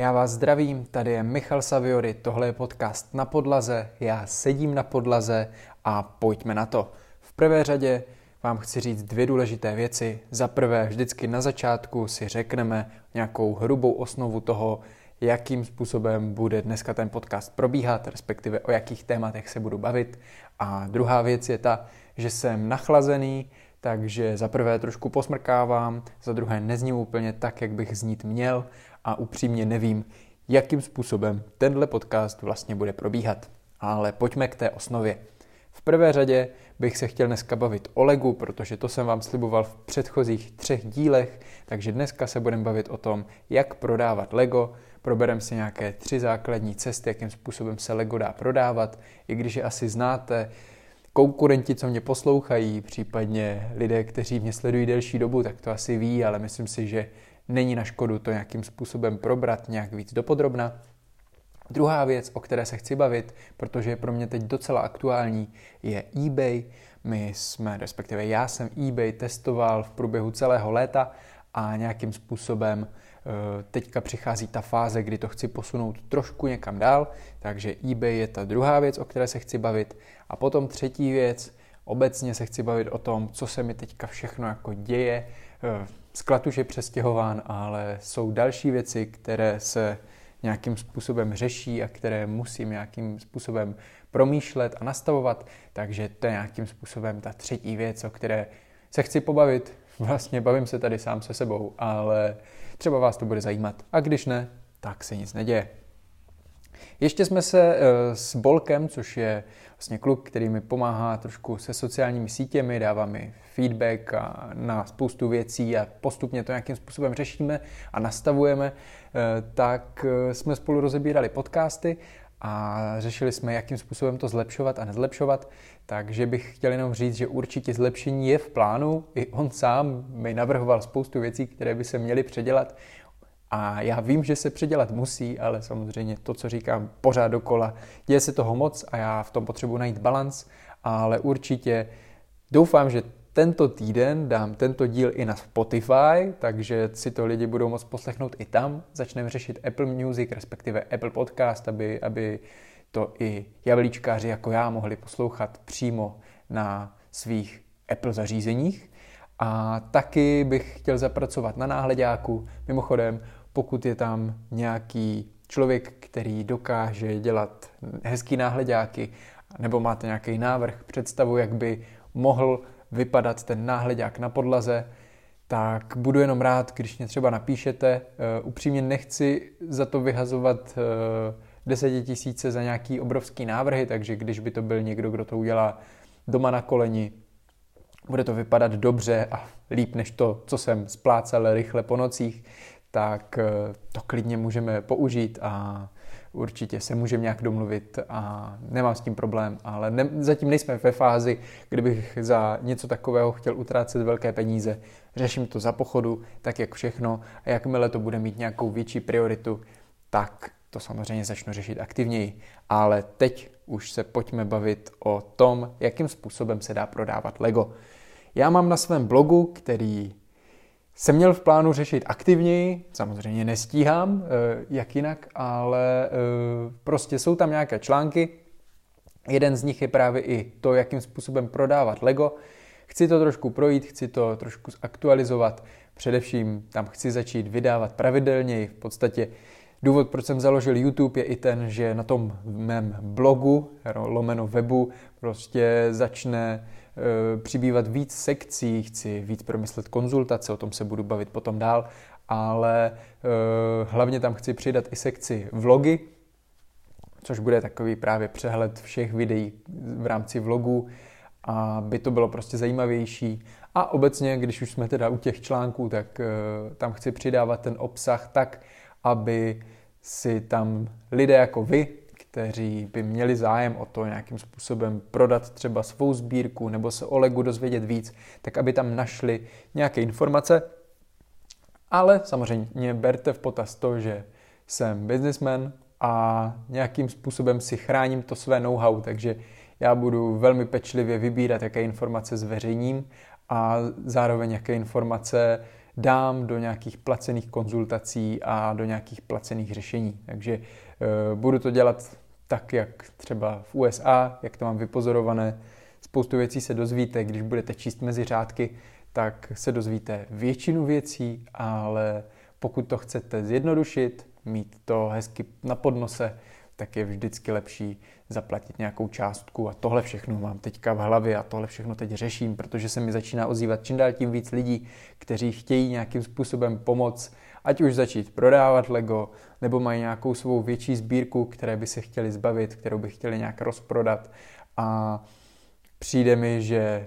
Já vás zdravím, tady je Michal Saviory, tohle je podcast Na podlaze, já sedím na podlaze a pojďme na to. V prvé řadě vám chci říct dvě důležité věci. Za prvé, vždycky na začátku si řekneme nějakou hrubou osnovu toho, jakým způsobem bude dneska ten podcast probíhat, respektive o jakých tématech se budu bavit. A druhá věc je ta, že jsem nachlazený, takže za prvé trošku posmrkávám, za druhé nezním úplně tak, jak bych znít měl a upřímně nevím, jakým způsobem tenhle podcast vlastně bude probíhat. Ale pojďme k té osnově. V prvé řadě bych se chtěl dneska bavit o Legu, protože to jsem vám sliboval v předchozích 3 dílech, takže dneska se budeme bavit o tom, jak prodávat Lego, probereme si nějaké 3 základní cesty, jakým způsobem se Lego dá prodávat, i když je asi znáte, konkurenti, co mě poslouchají, případně lidé, kteří mě sledují delší dobu, tak to asi ví, ale myslím si, že není na škodu to nějakým způsobem probrat nějak víc dopodrobna. Druhá věc, o které se chci bavit, protože je pro mě teď docela aktuální, je eBay. Já jsem eBay testoval v průběhu celého léta a nějakým způsobem teďka přichází ta fáze, kdy to chci posunout trošku někam dál, takže eBay je ta druhá věc, o které se chci bavit. A potom třetí věc, obecně se chci bavit o tom, co se mi teďka všechno jako děje. Sklad už je přestěhován, ale jsou další věci, které se nějakým způsobem řeší a které musím nějakým způsobem promýšlet a nastavovat, takže to je nějakým způsobem ta třetí věc, o které se chci pobavit. Vlastně bavím se tady sám se sebou, ale třeba vás to bude zajímat. A když ne, tak se nic neděje. Ještě jsme se s Bolkem, což je vlastně kluk, který mi pomáhá trošku se sociálními sítěmi, dává mi feedback na spoustu věcí a postupně to nějakým způsobem řešíme a nastavujeme, tak jsme spolu rozebírali podcasty a řešili jsme, jakým způsobem to zlepšovat a nezlepšovat, takže bych chtěl jenom říct, že určitě zlepšení je v plánu. I on sám mi navrhoval spoustu věcí, které by se měly předělat. A já vím, že se předělat musí, ale samozřejmě to, co říkám pořád dokola, děje se toho moc a já v tom potřebuji najít balans, ale určitě doufám, že tento týden dám tento díl i na Spotify, takže si to lidi budou moct poslechnout i tam. Začneme řešit Apple Music, respektive Apple Podcast, aby to i jablíčkáři jako já mohli poslouchat přímo na svých Apple zařízeních. A taky bych chtěl zapracovat na náhledáku. Mimochodem, pokud je tam nějaký člověk, který dokáže dělat hezký náhledáky, nebo máte nějaký návrh, představu, jak by mohl vypadat ten náhledák na podlaze, tak budu jenom rád, když mě třeba napíšete. Upřímně nechci za to vyhazovat 10 000 za nějaký obrovský návrhy, takže když by to byl někdo, kdo to udělá doma na koleni, bude to vypadat dobře a líp než to, co jsem splácal rychle po nocích, tak to klidně můžeme použít a určitě se můžeme nějak domluvit a nemám s tím problém, ale zatím nejsme ve fázi, kdybych za něco takového chtěl utrácet velké peníze. Řeším to za pochodu, tak jak všechno, a jakmile to bude mít nějakou větší prioritu, tak to samozřejmě začnu řešit aktivněji. Ale teď už se pojďme bavit o tom, jakým způsobem se dá prodávat Lego. Já mám na svém blogu, který jsem měl v plánu řešit aktivněji, samozřejmě nestíhám, jak jinak, ale prostě jsou tam nějaké články. Jeden z nich je právě i to, jakým způsobem prodávat Lego. Chci to trošku projít, chci to trošku aktualizovat, především tam chci začít vydávat pravidelněji. V podstatě důvod, proč jsem založil YouTube, je i ten, že na tom mém blogu, lomeno webu, prostě začne přibývat víc sekcí, chci víc promyslet konzultace, o tom se budu bavit potom dál, ale hlavně tam chci přidat i sekci vlogy, což bude takový právě přehled všech videí v rámci vlogů, aby to bylo prostě zajímavější. A obecně, když už jsme teda u těch článků, tak tam chci přidávat ten obsah tak, aby si tam lidé jako vy, kteří by měli zájem o to nějakým způsobem prodat třeba svou sbírku nebo se o Legu dozvědět víc, tak aby tam našli nějaké informace. Ale samozřejmě berte v potaz to, že jsem businessman a nějakým způsobem si chráním to své know-how, takže já budu velmi pečlivě vybírat, jaké informace zveřejním a zároveň jaké informace dám do nějakých placených konzultací a do nějakých placených řešení. Takže budu to dělat tak, jak třeba v USA, jak to mám vypozorované. Spoustu věcí se dozvíte, když budete číst mezi řádky, tak se dozvíte většinu věcí, ale pokud to chcete zjednodušit, mít to hezky na podnose, tak je vždycky lepší zaplatit nějakou částku a tohle všechno mám teďka v hlavě a tohle všechno teď řeším, protože se mi začíná ozývat čím dál tím víc lidí, kteří chtějí nějakým způsobem pomoct, ať už začít prodávat Lego, nebo mají nějakou svou větší sbírku, které by se chtěli zbavit, kterou by chtěli nějak rozprodat a přijde mi, že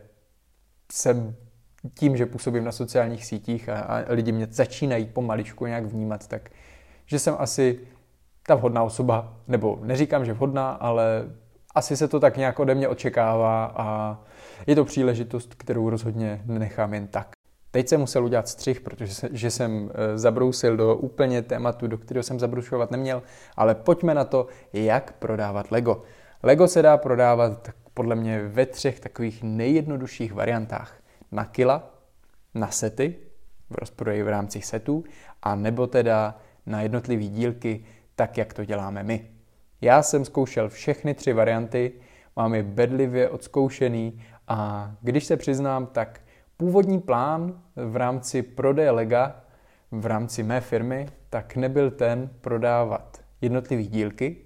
jsem tím, že působím na sociálních sítích a lidi mě začínají pomaličku nějak vnímat, tak že jsem asi ta vhodná osoba, nebo neříkám, že vhodná, ale asi se to tak nějak ode mě očekává a je to příležitost, kterou rozhodně nenechám jen tak. Teď jsem musel udělat střih, protože jsem zabrousil do úplně tématu, do kterého jsem zabrušovat neměl, ale pojďme na to, jak prodávat Lego. Lego se dá prodávat podle mě ve 3 takových nejjednodušších variantách. Na kila, na sety, v rozprodeji v rámci setů, a nebo teda na jednotlivé dílky, tak jak to děláme my. Já jsem zkoušel všechny 3 varianty, mám je bedlivě odzkoušený a když se přiznám, tak původní plán v rámci prodeje Lega, v rámci mé firmy, tak nebyl ten prodávat jednotlivé dílky,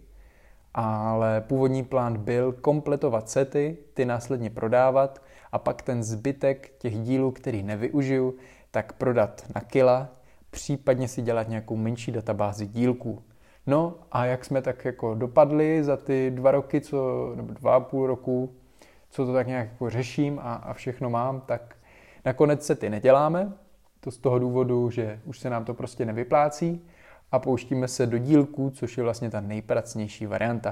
ale původní plán byl kompletovat sety, ty následně prodávat a pak ten zbytek těch dílů, který nevyužiju, tak prodat na kila, případně si dělat nějakou menší databázi dílků. No a jak jsme tak jako dopadli za ty 2 roky, nebo 2,5 roku, co to tak nějak jako řeším a všechno mám, tak nakonec sety neděláme. To z toho důvodu, že už se nám to prostě nevyplácí a pouštíme se do dílků, což je vlastně ta nejpracnější varianta.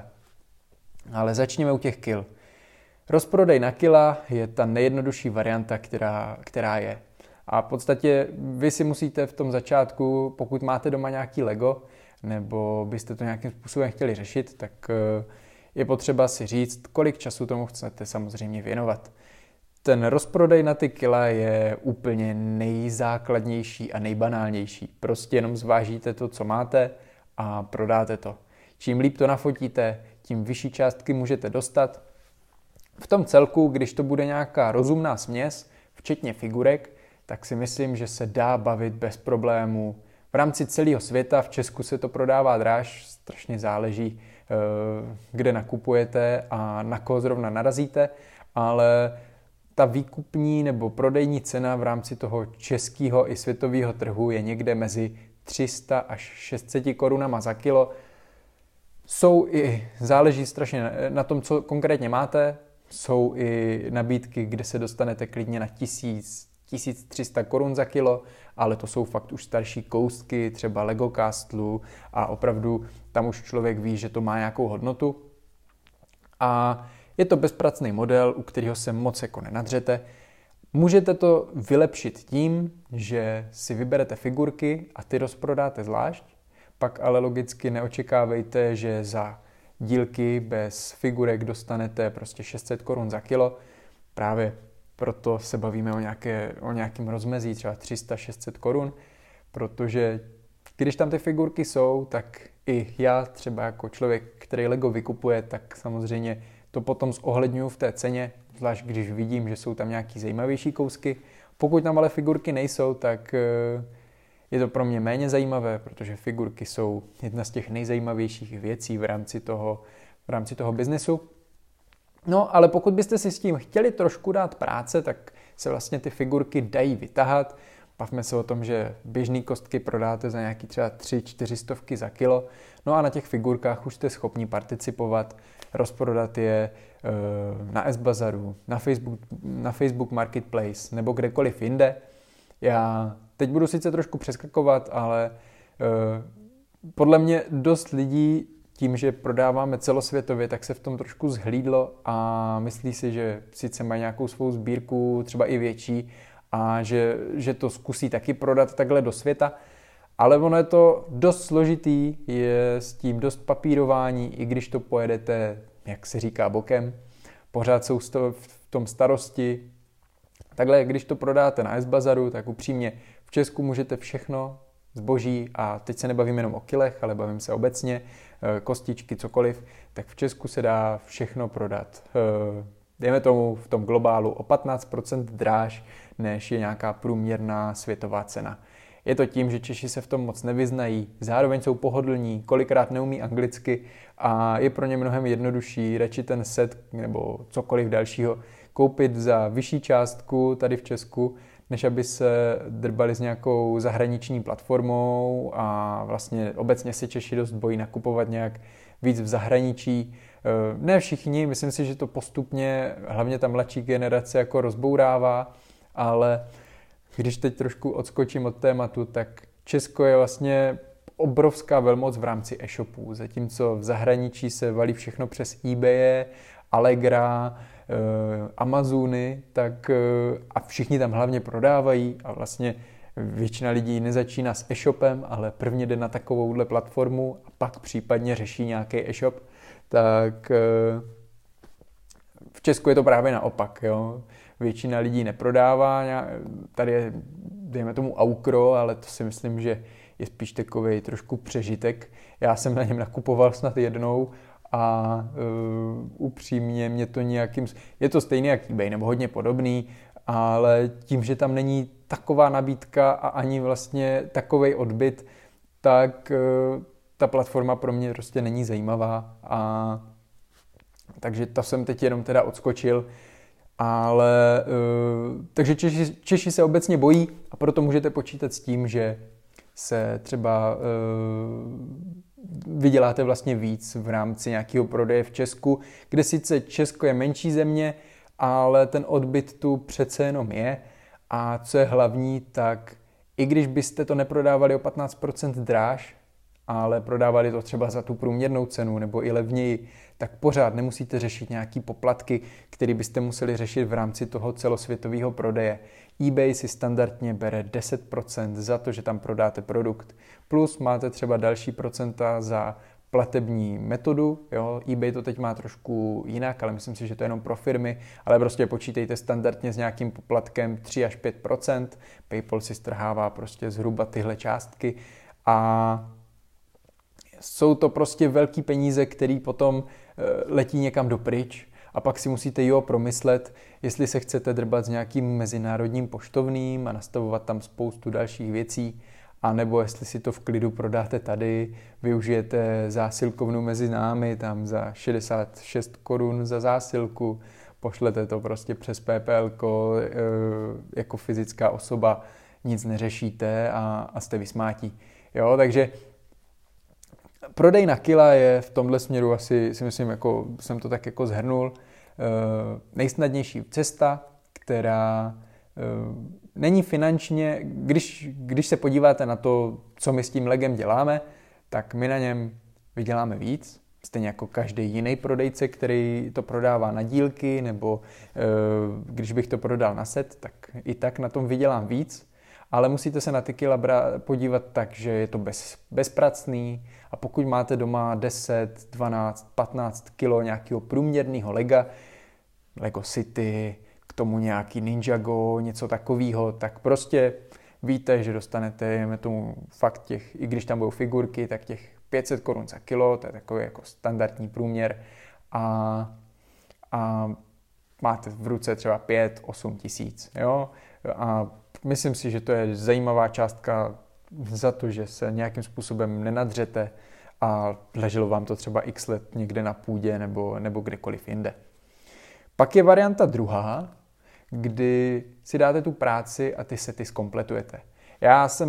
Ale začněme u těch kil. Rozprodej na kila je ta nejjednodušší varianta, která je. A v podstatě vy si musíte v tom začátku, pokud máte doma nějaký Lego, nebo byste to nějakým způsobem chtěli řešit, tak je potřeba si říct, kolik času tomu chcete samozřejmě věnovat. Ten rozprodej na ty kila je úplně nejzákladnější a nejbanálnější. Prostě jenom zvážíte to, co máte a prodáte to. Čím líp to nafotíte, tím vyšší částky můžete dostat. V tom celku, když to bude nějaká rozumná směs, včetně figurek, tak si myslím, že se dá bavit bez problémů. V rámci celého světa, v Česku se to prodává dráž, strašně záleží, kde nakupujete a na koho zrovna narazíte, ale ta výkupní nebo prodejní cena v rámci toho českého i světového trhu je někde mezi 300 až 600 korunama za kilo. Záleží strašně na tom, co konkrétně máte. Jsou i nabídky, kde se dostanete klidně na 1300 korun za kilo, ale to jsou fakt už starší kousky, třeba Lego Castlu a opravdu tam už člověk ví, že to má nějakou hodnotu. A je to bezpracný model, u kterého se moc jako nenadřete. Můžete to vylepšit tím, že si vyberete figurky a ty rozprodáte zvlášť, pak ale logicky neočekávejte, že za dílky bez figurek dostanete prostě 600 korun za kilo. Právě proto se bavíme o nějakém rozmezí třeba 300-600 korun, protože když tam ty figurky jsou, tak i já třeba jako člověk, který Lego vykupuje, tak samozřejmě to potom zohledňuji v té ceně, zvlášť když vidím, že jsou tam nějaký zajímavější kousky. Pokud tam ale figurky nejsou, tak je to pro mě méně zajímavé, protože figurky jsou jedna z těch nejzajímavějších věcí v rámci toho biznesu. No, ale pokud byste si s tím chtěli trošku dát práce, tak se vlastně ty figurky dají vytahat. Bavme se o tom, že běžné kostky prodáte za nějaký třeba 300-400 za kilo. No a na těch figurkách už jste schopni participovat, rozprodat je na S-Bazaru, na Facebook Marketplace nebo kdekoliv jinde. Já teď budu sice trošku přeskakovat, ale podle mě dost lidí tím, že prodáváme celosvětově, tak se v tom trošku zhlídlo a myslí si, že sice mají nějakou svou sbírku, třeba i větší, a že to zkusí taky prodat takhle do světa, ale ono je to dost složitý, je s tím dost papírování, i když to pojedete, jak se říká, bokem, pořád jsou v tom starosti. Takhle, když to prodáte na S-Bazaru, tak upřímně v Česku můžete všechno zboží, a teď se nebavím jenom o kilech, ale bavím se obecně, kostičky, cokoliv, tak v Česku se dá všechno prodat. Dejme tomu v tom globálu o 15% dráž, než je nějaká průměrná světová cena. Je to tím, že Češi se v tom moc nevyznají, zároveň jsou pohodlní, kolikrát neumí anglicky a je pro ně mnohem jednodušší radši ten set nebo cokoliv dalšího koupit za vyšší částku tady v Česku, než aby se drbali s nějakou zahraniční platformou a vlastně obecně se Češi dost bojí nakupovat nějak víc v zahraničí. Ne všichni, myslím si, že to postupně, hlavně ta mladší generace jako rozbourává, ale když teď trošku odskočím od tématu, tak Česko je vlastně obrovská velmoc v rámci e-shopů, zatímco v zahraničí se valí všechno přes eBay, Allegra, Amazony, tak a všichni tam hlavně prodávají a vlastně většina lidí nezačíná s e-shopem, ale prvně jde na takovouhle platformu a pak případně řeší nějaký e-shop, tak v Česku je to právě naopak. Jo? Většina lidí neprodává, tady je, dejme tomu Aukro, ale to si myslím, že je spíš takový trošku přežitek. Já jsem na něm nakupoval snad jednou a upřímně mě to je to stejný jak eBay, nebo hodně podobný, ale tím, že tam není taková nabídka a ani vlastně takovej odbyt, tak ta platforma pro mě prostě není zajímavá. Takže to jsem teď jenom teda odskočil. Ale takže Češi se obecně bojí a proto můžete počítat s tím, že se třeba vyděláte vlastně víc v rámci nějakého prodeje v Česku, kde sice Česko je menší země, ale ten odbyt tu přece jenom je. A co je hlavní, tak i když byste to neprodávali o 15% dráž, ale prodávali to třeba za tu průměrnou cenu nebo i levněji, tak pořád nemusíte řešit nějaký poplatky, které byste museli řešit v rámci toho celosvětového prodeje. eBay si standardně bere 10% za to, že tam prodáte produkt, plus máte třeba další procenta za platební metodu. Jo? eBay to teď má trošku jinak, ale myslím si, že to je jenom pro firmy, ale prostě počítejte standardně s nějakým poplatkem 3 až 5%. PayPal si strhává prostě zhruba tyhle částky a jsou to prostě velký peníze, který potom letí někam dopryč a pak si musíte promyslet, jestli se chcete drbat s nějakým mezinárodním poštovným a nastavovat tam spoustu dalších věcí, anebo jestli si to v klidu prodáte tady, využijete zásilkovnu mezi námi, tam za 66 korun za zásilku, pošlete to prostě přes PayPal jako fyzická osoba, nic neřešíte a jste vysmátí. Jo, takže prodej na kila je v tomhle směru asi, si myslím, jako jsem to tak jako zhrnul, nejsnadnější cesta, která není finančně, když se podíváte na to, co my s tím legem děláme, tak my na něm vyděláme víc, stejně jako každý jiný prodejce, který to prodává na dílky, nebo když bych to prodal na set, tak i tak na tom vydělám víc, ale musíte se na ty kila podívat tak, že je to bezpracný a pokud máte doma 10, 12, 15 kilo nějakého průměrného lega, Lego City, k tomu nějaký Ninjago, něco takového, tak prostě víte, že dostanete tomu fakt těch, i když tam budou figurky, tak těch 500 korun za kilo, to je takový jako standardní průměr a máte v ruce třeba 5-8 tisíc, jo, a myslím si, že to je zajímavá částka za to, že se nějakým způsobem nenadřete a leželo vám to třeba x let někde na půdě nebo kdekoliv jinde. Pak je varianta druhá, kdy si dáte tu práci a ty sety zkompletujete. Já jsem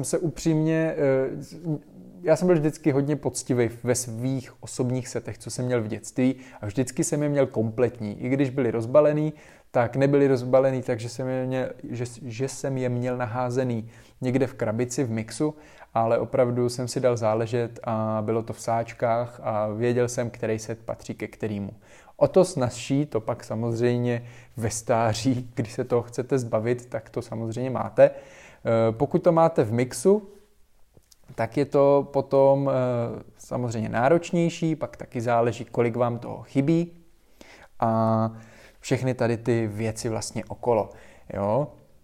byl vždycky hodně poctivý ve svých osobních setech, co jsem měl v dětství a vždycky jsem je měl kompletní. I když byly rozbalený, tak nebyly rozbalený, takže jsem je měl naházený někde v krabici, v mixu, ale opravdu jsem si dal záležet a bylo to v sáčkách a věděl jsem, který set patří ke kterému. O to snazší to pak samozřejmě ve stáří, když se toho chcete zbavit, tak to samozřejmě máte. Pokud to máte v mixu, tak je to potom samozřejmě náročnější, pak taky záleží, kolik vám toho chybí a všechny tady ty věci vlastně okolo. Jo?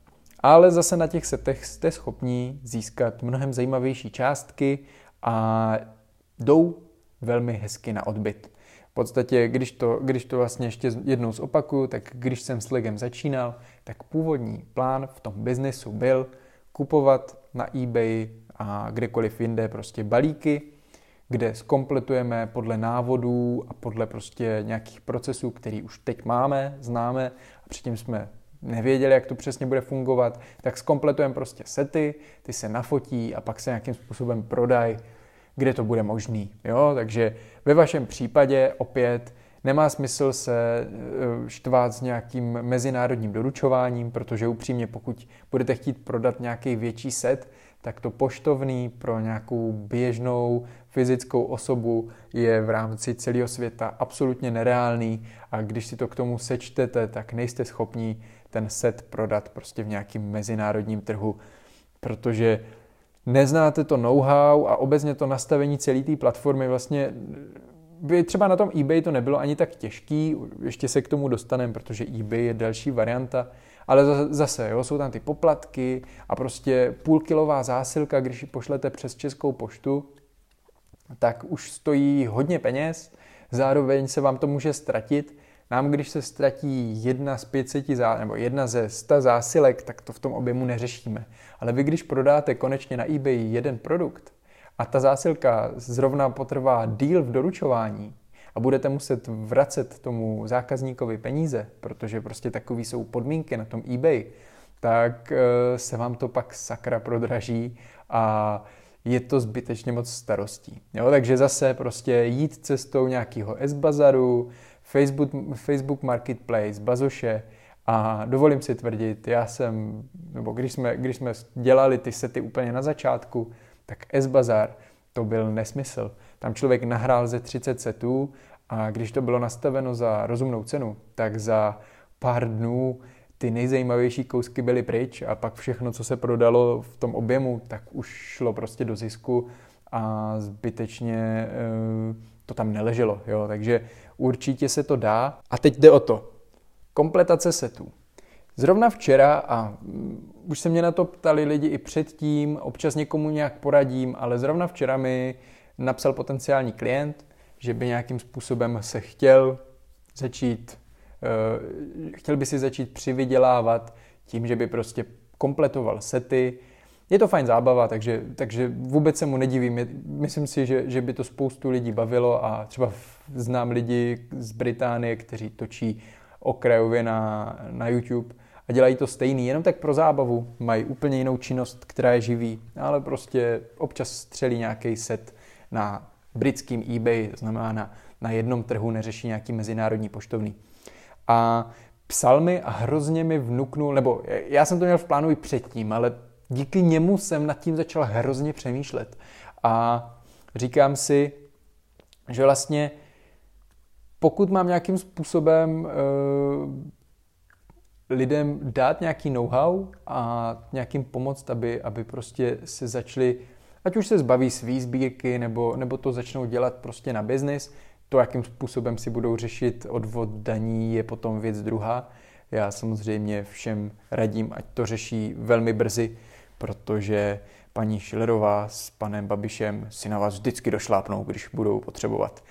Ale zase na těch setech jste schopni získat mnohem zajímavější částky a jdou velmi hezky na odbyt. V podstatě, když to vlastně ještě jednou zopakuju, tak když jsem s Legem začínal, tak původní plán v tom biznesu byl kupovat na eBay a kdekoliv jinde prostě balíky, kde zkompletujeme podle návodů a podle prostě nějakých procesů, který už teď známe a předtím jsme nevěděli, jak to přesně bude fungovat, tak zkompletujeme prostě sety, ty se nafotí a pak se nějakým způsobem prodají, kde to bude možný. Jo? Takže ve vašem případě opět nemá smysl se štvát s nějakým mezinárodním doručováním, protože upřímně, pokud budete chtít prodat nějaký větší set, tak to poštovný pro nějakou běžnou fyzickou osobu je v rámci celého světa absolutně nereálný a když si to k tomu sečtete, tak nejste schopni ten set prodat prostě v nějakým mezinárodním trhu, protože neznáte to know-how a obecně to nastavení celé té platformy vlastně by třeba na tom eBay to nebylo ani tak těžký, ještě se k tomu dostaneme, protože eBay je další varianta, ale zase jo, jsou tam ty poplatky a prostě půlkilová zásilka, když ji pošlete přes Českou poštu, tak už stojí hodně peněz, zároveň se vám to může ztratit. Nám, když se ztratí jedna z 500 nebo jedna ze 100 zásilek, tak to v tom objemu neřešíme. Ale vy, když prodáte konečně na eBay jeden produkt a ta zásilka zrovna potrvá díl v doručování a budete muset vracet tomu zákazníkovi peníze, protože prostě takový jsou podmínky na tom eBay, tak se vám to pak sakra prodraží a je to zbytečně moc starostí. Jo? Takže zase prostě jít cestou nějakého S-Bazaru, Facebook Marketplace, Bazoše a dovolím si tvrdit, když jsme dělali ty sety úplně na začátku, tak S-Bazar to byl nesmysl. Tam člověk nahrál ze 30 setů a když to bylo nastaveno za rozumnou cenu, tak za pár dnů ty nejzajímavější kousky byly pryč a pak všechno, co se prodalo v tom objemu, tak už šlo prostě do zisku a zbytečně to tam neleželo. Jo? Takže určitě se to dá. A teď jde o to. Kompletace setů. Zrovna včera, a už se mě na to ptali lidi i předtím, občas někomu nějak poradím, ale zrovna včera mi napsal potenciální klient, že by nějakým způsobem se chtěl by si začít přivydělávat tím, že by prostě kompletoval sety. Je to fajn zábava, takže vůbec se mu nedivím. Myslím si, že by to spoustu lidí bavilo a třeba znám lidi z Británie, kteří točí okrajově na YouTube a dělají to stejný, jenom tak pro zábavu. Mají úplně jinou činnost, která je živí, ale prostě občas střelí nějaký set na britským eBay, to znamená na jednom trhu, neřeší nějaký mezinárodní poštovný. A psal mi a hrozně mi vnuknul, nebo já jsem to měl v plánu i předtím, ale díky němu jsem nad tím začal hrozně přemýšlet. A říkám si, že vlastně pokud mám nějakým způsobem lidem dát nějaký know-how a nějakým pomoct, aby prostě se začali, ať už se zbaví svý sbírky, nebo to začnou dělat prostě na biznis, to, jakým způsobem si budou řešit odvod daní, je potom věc druhá. Já samozřejmě všem radím, ať to řeší velmi brzy, protože paní Schillerová s panem Babišem si na vás vždycky došlápnou, když budou potřebovat.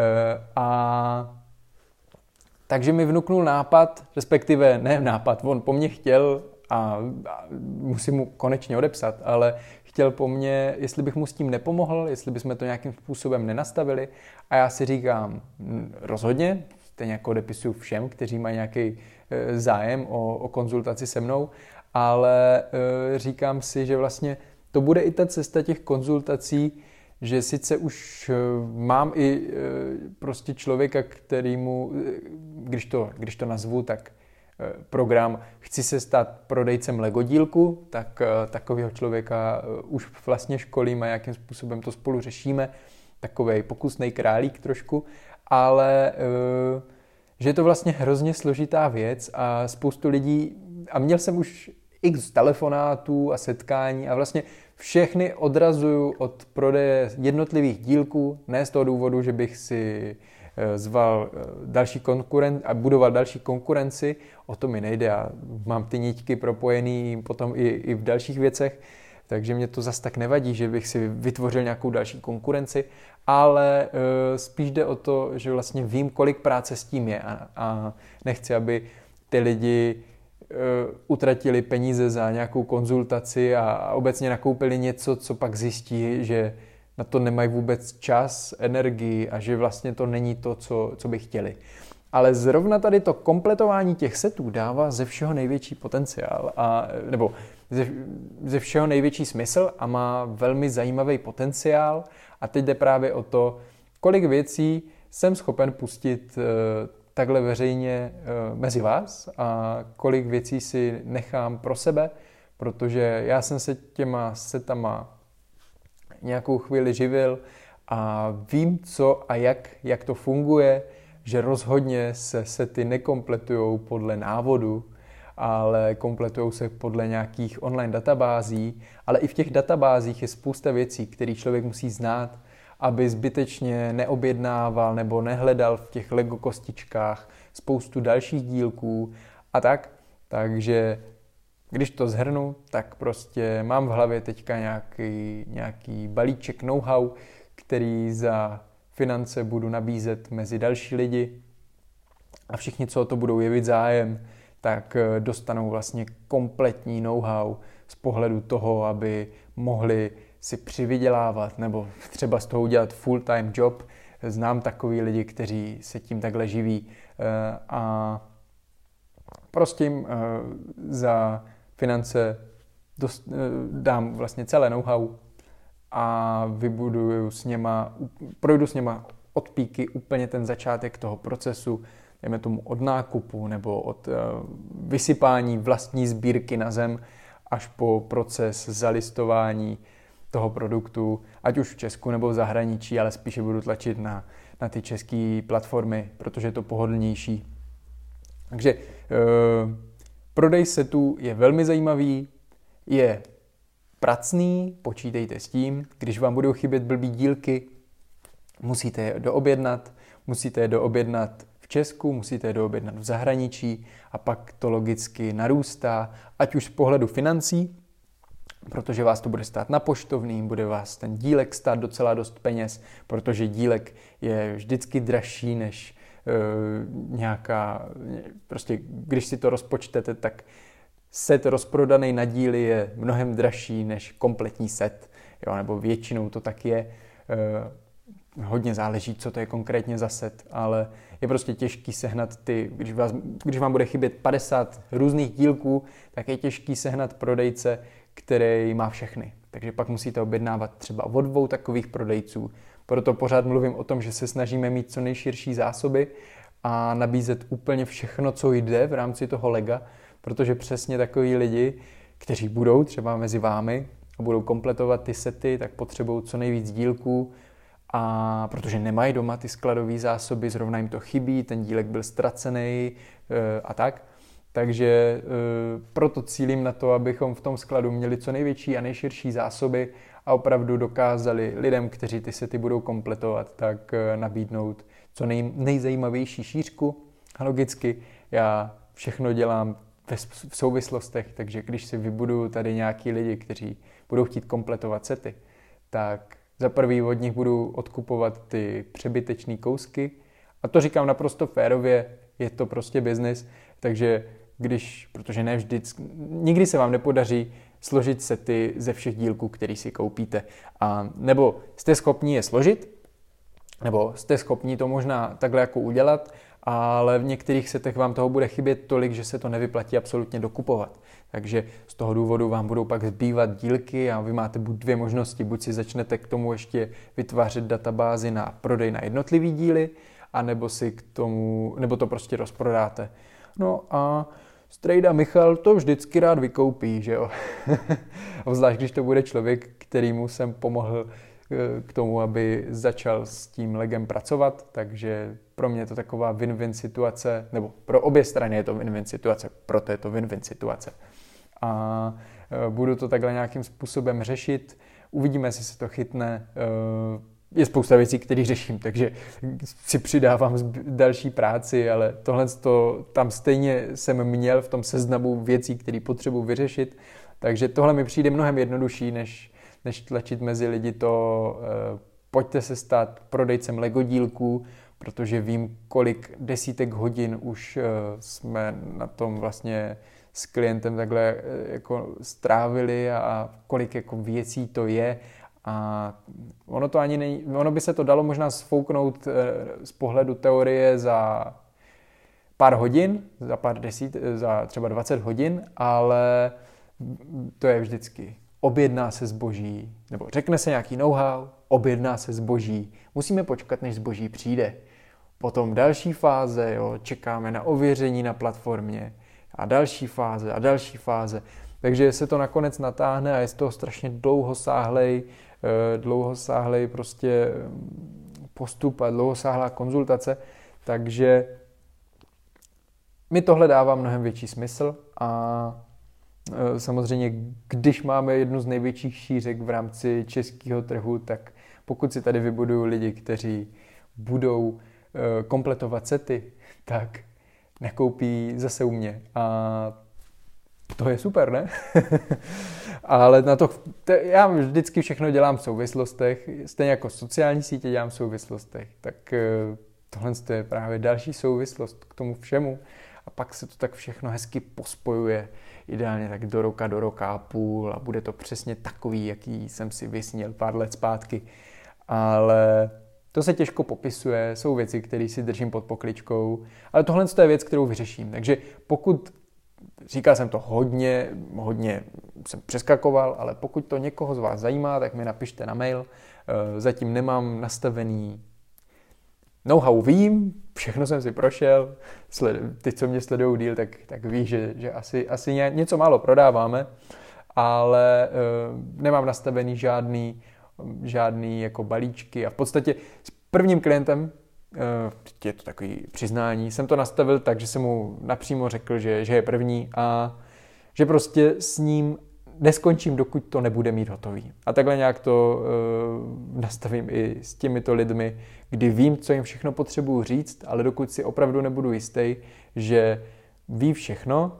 Takže mi vnuknul nápad, respektive ne nápad, on po mně chtěl a musím mu konečně odepsat, ale chtěl po mně, jestli bych mu s tím nepomohl, jestli bychom to nějakým způsobem nenastavili a já si říkám, rozhodně, stejně jako odepisuju všem, kteří mají nějaký zájem o konzultaci se mnou, ale říkám si, že vlastně to bude i ta cesta těch konzultací, že sice už mám i prostě člověka, kterýmu, když to nazvu, tak program Chci se stát prodejcem legodílku, tak takového člověka už vlastně školím a jakým způsobem to spolu řešíme, takovej pokusnej králík trošku, ale že je to vlastně hrozně složitá věc a spoustu lidí, a měl jsem už x telefonátů a setkání a vlastně všechny odrazuju od prodeje jednotlivých dílků, ne z toho důvodu, že bych si zval další konkurent a budoval další konkurenci, o to mi nejde, já mám ty niťky propojený potom i v dalších věcech, takže mě to zas tak nevadí, že bych si vytvořil nějakou další konkurenci, ale spíš jde o to, že vlastně vím, kolik práce s tím je a nechci, aby ty lidi utratili peníze za nějakou konzultaci a obecně nakoupili něco, co pak zjistí, že na to nemají vůbec čas, energii a že vlastně to není to, co by chtěli. Ale zrovna tady to kompletování těch setů dává ze všeho největší potenciál, nebo ze všeho největší smysl a má velmi zajímavý potenciál. A teď jde právě o to, kolik věcí jsem schopen pustit takhle veřejně mezi vás a kolik věcí si nechám pro sebe, protože já jsem se těma setama nějakou chvíli živil a vím, co a jak to funguje, že rozhodně se sety nekompletujou podle návodu, ale kompletujou se podle nějakých online databází, ale i v těch databázích je spousta věcí, které člověk musí znát, aby zbytečně neobjednával nebo nehledal v těch Lego kostičkách spoustu dalších dílků a tak. Takže když to shrnu, tak prostě mám v hlavě teďka nějaký balíček know-how, který za finance budu nabízet mezi další lidi a všichni, co o to budou jevit zájem, tak dostanou vlastně kompletní know-how z pohledu toho, aby mohli si přivydělávat nebo třeba z toho udělat full-time job. Znám takový lidi, kteří se tím takhle živí a prostě jim za finance dám vlastně celé know-how a projdu s něma od píky úplně ten začátek toho procesu, dejme tomu od nákupu nebo od vysypání vlastní sbírky na zem až po proces zalistování toho produktu, ať už v Česku nebo v zahraničí, ale spíše budu tlačit na ty české platformy, protože je to pohodlnější. Takže prodej setů je velmi zajímavý, je pracný, počítejte s tím, když vám budou chybět blbý dílky, musíte je doobjednat v Česku, musíte je doobjednat v zahraničí a pak to logicky narůstá, ať už z pohledu financí, protože vás to bude stát na poštovným, bude vás ten dílek stát docela dost peněz, protože dílek je vždycky dražší než prostě když si to rozpočtete, tak set rozprodaný na díly je mnohem dražší než kompletní set, jo, nebo většinou to tak je. Hodně záleží, co to je konkrétně za set, ale je prostě těžký sehnat když vám bude chybět 50 různých dílků, tak je těžký sehnat prodejce, který má všechny. Takže pak musíte objednávat třeba od 2 takových prodejců. Proto pořád mluvím o tom, že se snažíme mít co nejširší zásoby a nabízet úplně všechno, co jde v rámci toho lega, protože přesně takoví lidi, kteří budou třeba mezi vámi a budou kompletovat ty sety, tak potřebují co nejvíc dílků, a protože nemají doma ty skladové zásoby, zrovna jim to chybí, ten dílek byl ztracený a tak. Takže proto cílím na to, abychom v tom skladu měli co největší a nejširší zásoby a opravdu dokázali lidem, kteří ty sety budou kompletovat, tak nabídnout co nejzajímavější šířku. A logicky já všechno dělám v souvislostech, takže když si vybuduju tady nějaký lidi, kteří budou chtít kompletovat sety, tak za prvý od nich budu odkupovat ty přebytečné kousky. A to říkám naprosto férově, je to prostě biznis, takže protože ne vždycky, nikdy se vám nepodaří složit sety ze všech dílků, který si koupíte. Nebo jste schopni je složit, nebo jste schopni to možná takhle jako udělat, ale v některých setech vám toho bude chybět tolik, že se to nevyplatí absolutně dokupovat. Takže z toho důvodu vám budou pak zbývat dílky a vy máte buď 2 možnosti, buď si začnete k tomu ještě vytvářet databázi na prodej na jednotlivý díly, nebo to prostě rozprodáte. No a strejda Michal to vždycky rád vykoupí, že jo? Zvlášť, když to bude člověk, kterýmu jsem pomohl k tomu, aby začal s tím legem pracovat, takže pro mě je to taková win-win situace, nebo pro obě strany je to win-win situace, proto je to win-win situace. A budu to takhle nějakým způsobem řešit, uvidíme, jestli se to chytne. je spousta věcí, které řeším, takže si přidávám další práci, ale tohle tam stejně jsem měl v tom seznamu věcí, které potřebuji vyřešit, takže tohle mi přijde mnohem jednodušší, než tlačit mezi lidi pojďte se stát prodejcem legodílků, protože vím, kolik desítek hodin už jsme na tom vlastně s klientem takhle jako strávili a kolik jako věcí to je. A ono by se to dalo možná sfouknout z pohledu teorie za pár hodin, za třeba 20 hodin, ale to je vždycky. Objedná se zboží, nebo řekne se nějaký know-how, objedná se zboží. Musíme počkat, než zboží přijde. Potom další fáze, čekáme na ověření na platformě a další fáze. Takže se to nakonec natáhne a je z toho strašně dlouhosáhlej prostě postup a dlouhosáhlá konzultace, takže mi tohle dává mnohem větší smysl a samozřejmě, když máme jednu z největších šířek v rámci českého trhu, tak pokud si tady vybudují lidi, kteří budou kompletovat sety, tak nakoupí zase u mě a to je super, ne? Ale já vždycky všechno dělám v souvislostech, stejně jako sociální sítě dělám v souvislostech, tak tohle je právě další souvislost k tomu všemu a pak se to tak všechno hezky pospojuje, ideálně tak do roka a půl a bude to přesně takový, jaký jsem si vysnil pár let zpátky, ale to se těžko popisuje, jsou věci, které si držím pod pokličkou, ale tohle je věc, kterou vyřeším, takže pokud říkal jsem to hodně jsem přeskakoval, ale pokud to někoho z vás zajímá, tak mi napište na mail. Zatím nemám nastavený know-how, vím, všechno jsem si prošel. Ty, co mě sledují díl, tak ví, že asi něco málo prodáváme, ale nemám nastavený žádný jako balíčky a v podstatě s prvním klientem, je to takový přiznání, jsem to nastavil tak, že jsem mu napřímo řekl, že je první a že prostě s ním neskončím, dokud to nebude mít hotový. A takhle nějak to nastavím i s těmito lidmi, kdy vím, co jim všechno potřebuju říct, ale dokud si opravdu nebudu jistý, že ví všechno,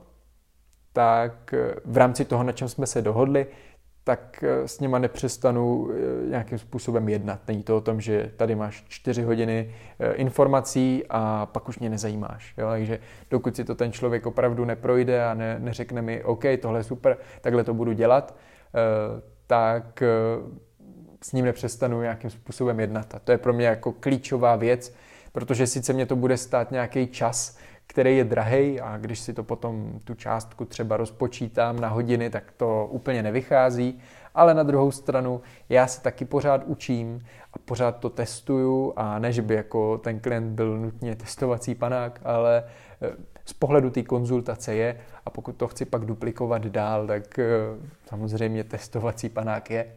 tak v rámci toho, na čem jsme se dohodli, tak s nima nepřestanu nějakým způsobem jednat. Není to o tom, že tady máš 4 hodiny informací a pak už mě nezajímáš. Jo? Takže dokud si to ten člověk opravdu neprojde a neřekne mi, OK, tohle je super, takhle to budu dělat, tak s ním nepřestanu nějakým způsobem jednat. A to je pro mě jako klíčová věc, protože sice mě to bude stát nějaký čas, který je drahej a když si to potom tu částku třeba rozpočítám na hodiny, tak to úplně nevychází, ale na druhou stranu já se taky pořád učím a pořád to testuju a ne, že by jako ten klient byl nutně testovací panák, ale z pohledu té konzultace je a pokud to chci pak duplikovat dál, tak samozřejmě testovací panák je.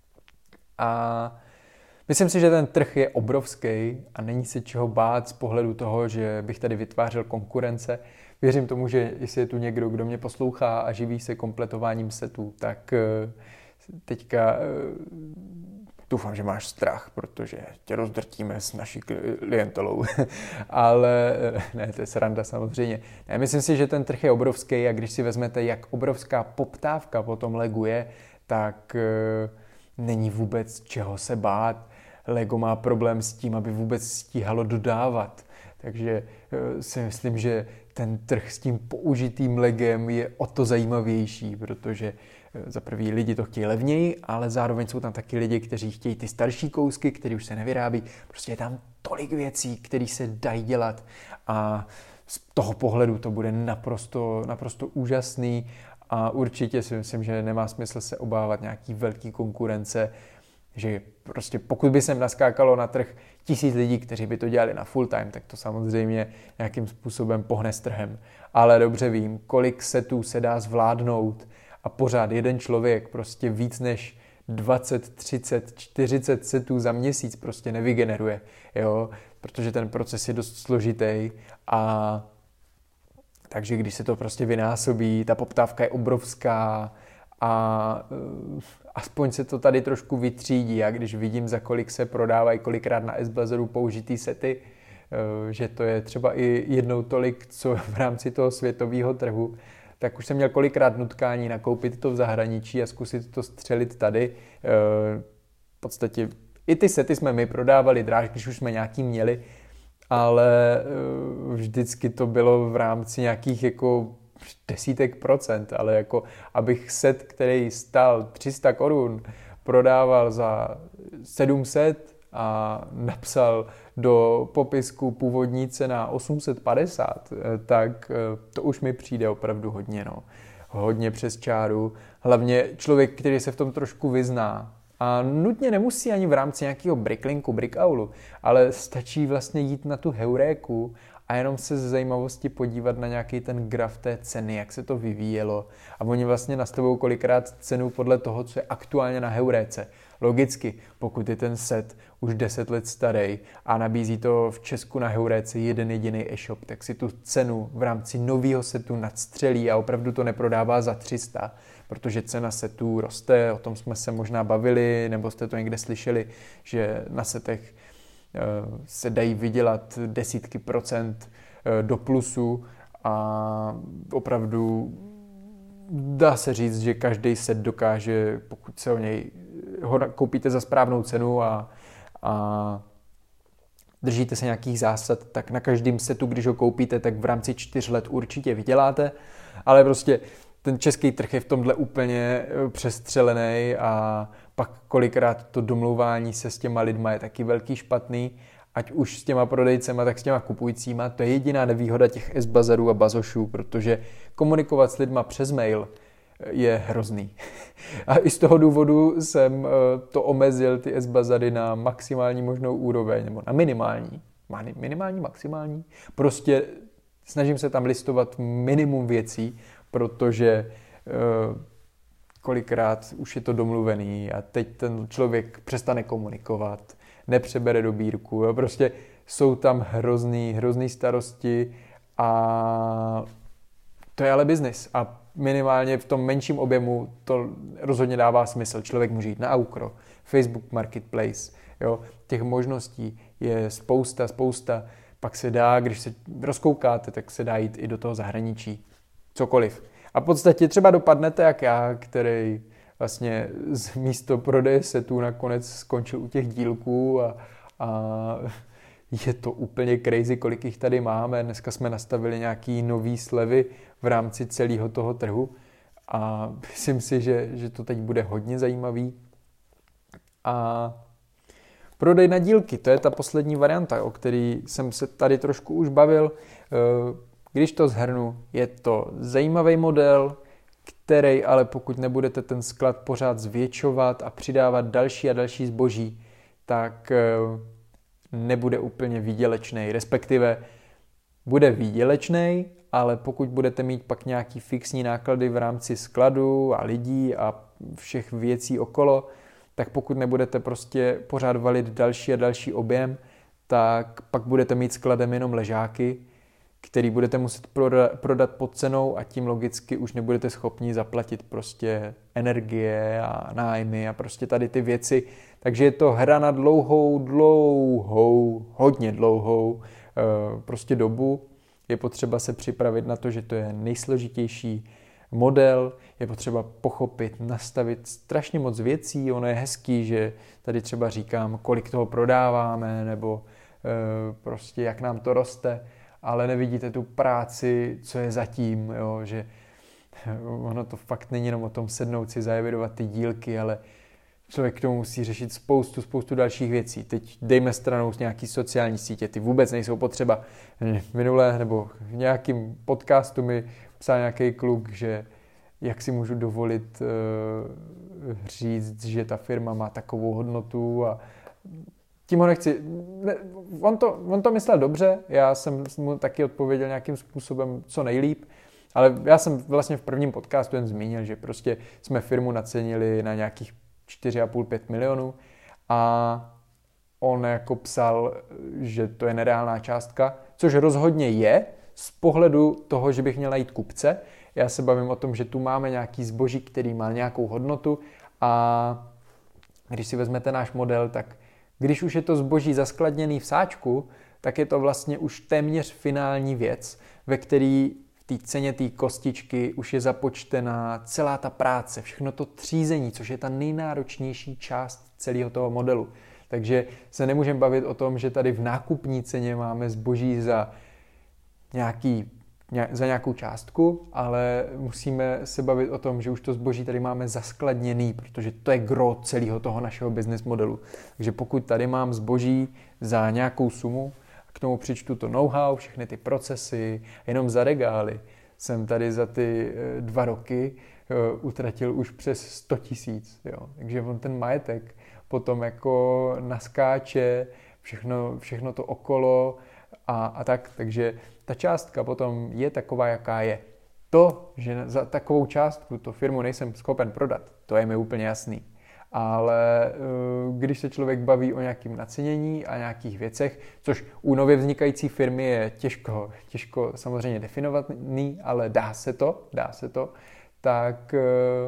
A myslím si, že ten trh je obrovský a není se čeho bát z pohledu toho, že bych tady vytvářel konkurence. Věřím tomu, že jestli je tu někdo, kdo mě poslouchá a živí se kompletováním setů, tak teďka doufám, že máš strach, protože tě rozdrtíme s naší klientelou. Ale ne, to je sranda samozřejmě. Ne, myslím si, že ten trh je obrovský a když si vezmete, jak obrovská poptávka po tom legu je, tak není vůbec čeho se bát. Lego má problém s tím, aby vůbec stíhalo dodávat. Takže si myslím, že ten trh s tím použitým legem je o to zajímavější, protože za prvý lidi to chtějí levněji, ale zároveň jsou tam taky lidi, kteří chtějí ty starší kousky, které už se nevyrábí. Prostě je tam tolik věcí, které se dají dělat a z toho pohledu to bude naprosto úžasný a určitě si myslím, že nemá smysl se obávat nějaký velký konkurence, že prostě pokud by sem naskákalo na trh 1000 lidí, kteří by to dělali na full time, tak to samozřejmě nějakým způsobem pohne s trhem. Ale dobře vím, kolik setů se dá zvládnout a pořád jeden člověk prostě víc než 20, 30, 40 setů za měsíc prostě nevygeneruje, jo? Protože ten proces je dost složitý a takže když se to prostě vynásobí, ta poptávka je obrovská a aspoň se to tady trošku vytřídí. A když vidím, za kolik se prodávají kolikrát na S-Bazaru použitý sety, že to je třeba i jednou tolik, co v rámci toho světového trhu, tak už jsem měl kolikrát nutkání nakoupit to v zahraničí a zkusit to střelit tady. V podstatě i ty sety jsme my prodávali dráž, když už jsme nějaký měli, ale vždycky to bylo v rámci nějakých jako desítek procent, ale jako abych set, který stál 300 korun, prodával za 700 a napsal do popisku původní cena 850, tak to už mi přijde opravdu hodně, no. Hodně přes čáru. Hlavně člověk, který se v tom trošku vyzná. A nutně nemusí ani v rámci nějakého bricklinku, brickaulu, ale stačí vlastně jít na tu heuréku a jenom se ze zajímavosti podívat na nějaký ten graf té ceny, jak se to vyvíjelo. A oni vlastně nastavují kolikrát cenu podle toho, co je aktuálně na heuréce. Logicky, pokud je ten set už 10 let starý a nabízí to v Česku na heuréce jeden jediný e-shop, tak si tu cenu v rámci nového setu nadstřelí a opravdu to neprodává za 300, protože cena setů roste, o tom jsme se možná bavili, nebo jste to někde slyšeli, že na setech se dají vydělat desítky procent do plusu a opravdu dá se říct, že každý set dokáže, pokud se ho koupíte za správnou cenu a držíte se nějakých zásad, tak na každém setu, když ho koupíte, tak v rámci 4 let určitě vyděláte, ale prostě ten český trh je v tomhle úplně přestřelený a pak kolikrát to domlouvání se s těma lidma je taky velký špatný, ať už s těma prodejcema, tak s těma kupujícíma. To je jediná nevýhoda těch S-bazarů a bazošů, protože komunikovat s lidma přes mail je hrozný. A i z toho důvodu jsem to omezil, ty S-bazary, na maximální možnou úroveň, nebo na minimální. Minimální, maximální? Prostě snažím se tam listovat minimum věcí, protože kolikrát už je to domluvený a teď ten člověk přestane komunikovat, nepřebere dobírku. Jo? Prostě jsou tam hrozný starosti a to je ale biznis. A minimálně v tom menším objemu to rozhodně dává smysl. Člověk může jít na Aukro, Facebook Marketplace. Jo? Těch možností je spousta. Pak se dá, když se rozkoukáte, tak se dá jít i do toho zahraničí. Cokoliv. A v podstatě třeba dopadnete jak já, který vlastně z místo prodeje setů nakonec skončil u těch dílků a je to úplně crazy, kolik jich tady máme. Dneska jsme nastavili nějaký nový slevy v rámci celého toho trhu a myslím si, že to teď bude hodně zajímavý. A prodej na dílky, to je ta poslední varianta, o který jsem se tady trošku už bavil. Když to shrnu, je to zajímavý model, který ale pokud nebudete ten sklad pořád zvětšovat a přidávat další a další zboží, tak nebude úplně výdělečný. Respektive bude výdělečný, ale pokud budete mít pak nějaký fixní náklady v rámci skladu a lidí a všech věcí okolo, tak pokud nebudete prostě pořád valit další a další objem, tak pak budete mít skladem jenom ležáky, který budete muset prodat pod cenou a tím logicky už nebudete schopni zaplatit prostě energie a nájmy a prostě tady ty věci. Takže je to hra na hodně dlouhou prostě dobu. Je potřeba se připravit na to, že to je nejsložitější model, je potřeba pochopit, nastavit strašně moc věcí. Ono je hezký, že tady třeba říkám, kolik toho prodáváme nebo prostě jak nám to roste, ale nevidíte tu práci, co je zatím, jo, že ono to fakt není jenom o tom sednout si zaevidovat ty dílky, ale člověk k tomu musí řešit spoustu dalších věcí. Teď dejme stranou nějaký sociální sítě, ty vůbec nejsou potřeba. Minulé nebo v nějakém podcastu mi psal nějaký kluk, že jak si můžu dovolit říct, že ta firma má takovou hodnotu a tím ho nechci. On to myslel dobře, já jsem mu taky odpověděl nějakým způsobem co nejlíp, ale já jsem vlastně v prvním podcastu jen zmínil, že prostě jsme firmu nacenili na nějakých 4,5-5 milionů a on jako psal, že to je nereálná částka, což rozhodně je z pohledu toho, že bych měl najít kupce. Já se bavím o tom, že tu máme nějaký zboží, který má nějakou hodnotu a když si vezmete náš model, tak když už je to zboží zaskladněný v sáčku, tak je to vlastně už téměř finální věc, ve který v té ceně té kostičky už je započtená celá ta práce, všechno to třízení, což je ta nejnáročnější část celého toho modelu. Takže se nemůžeme bavit o tom, že tady v nákupní ceně máme zboží za nějakou částku, ale musíme se bavit o tom, že už to zboží tady máme zaskladněný, protože to je gro celého toho našeho business modelu. Takže pokud tady mám zboží za nějakou sumu, k tomu přičtu to know-how, všechny ty procesy, jenom za regály jsem tady za ty 2 roky utratil už přes 100 000. Takže on ten majetek potom jako naskáče, všechno to okolo a tak. Takže ta částka potom je taková, jaká je. To, že za takovou částku tu firmu nejsem schopen prodat, to je mi úplně jasný. Ale když se člověk baví o nějakém nacenění a nějakých věcech, což u nově vznikající firmy je těžko samozřejmě definovaný, ale dá se to, tak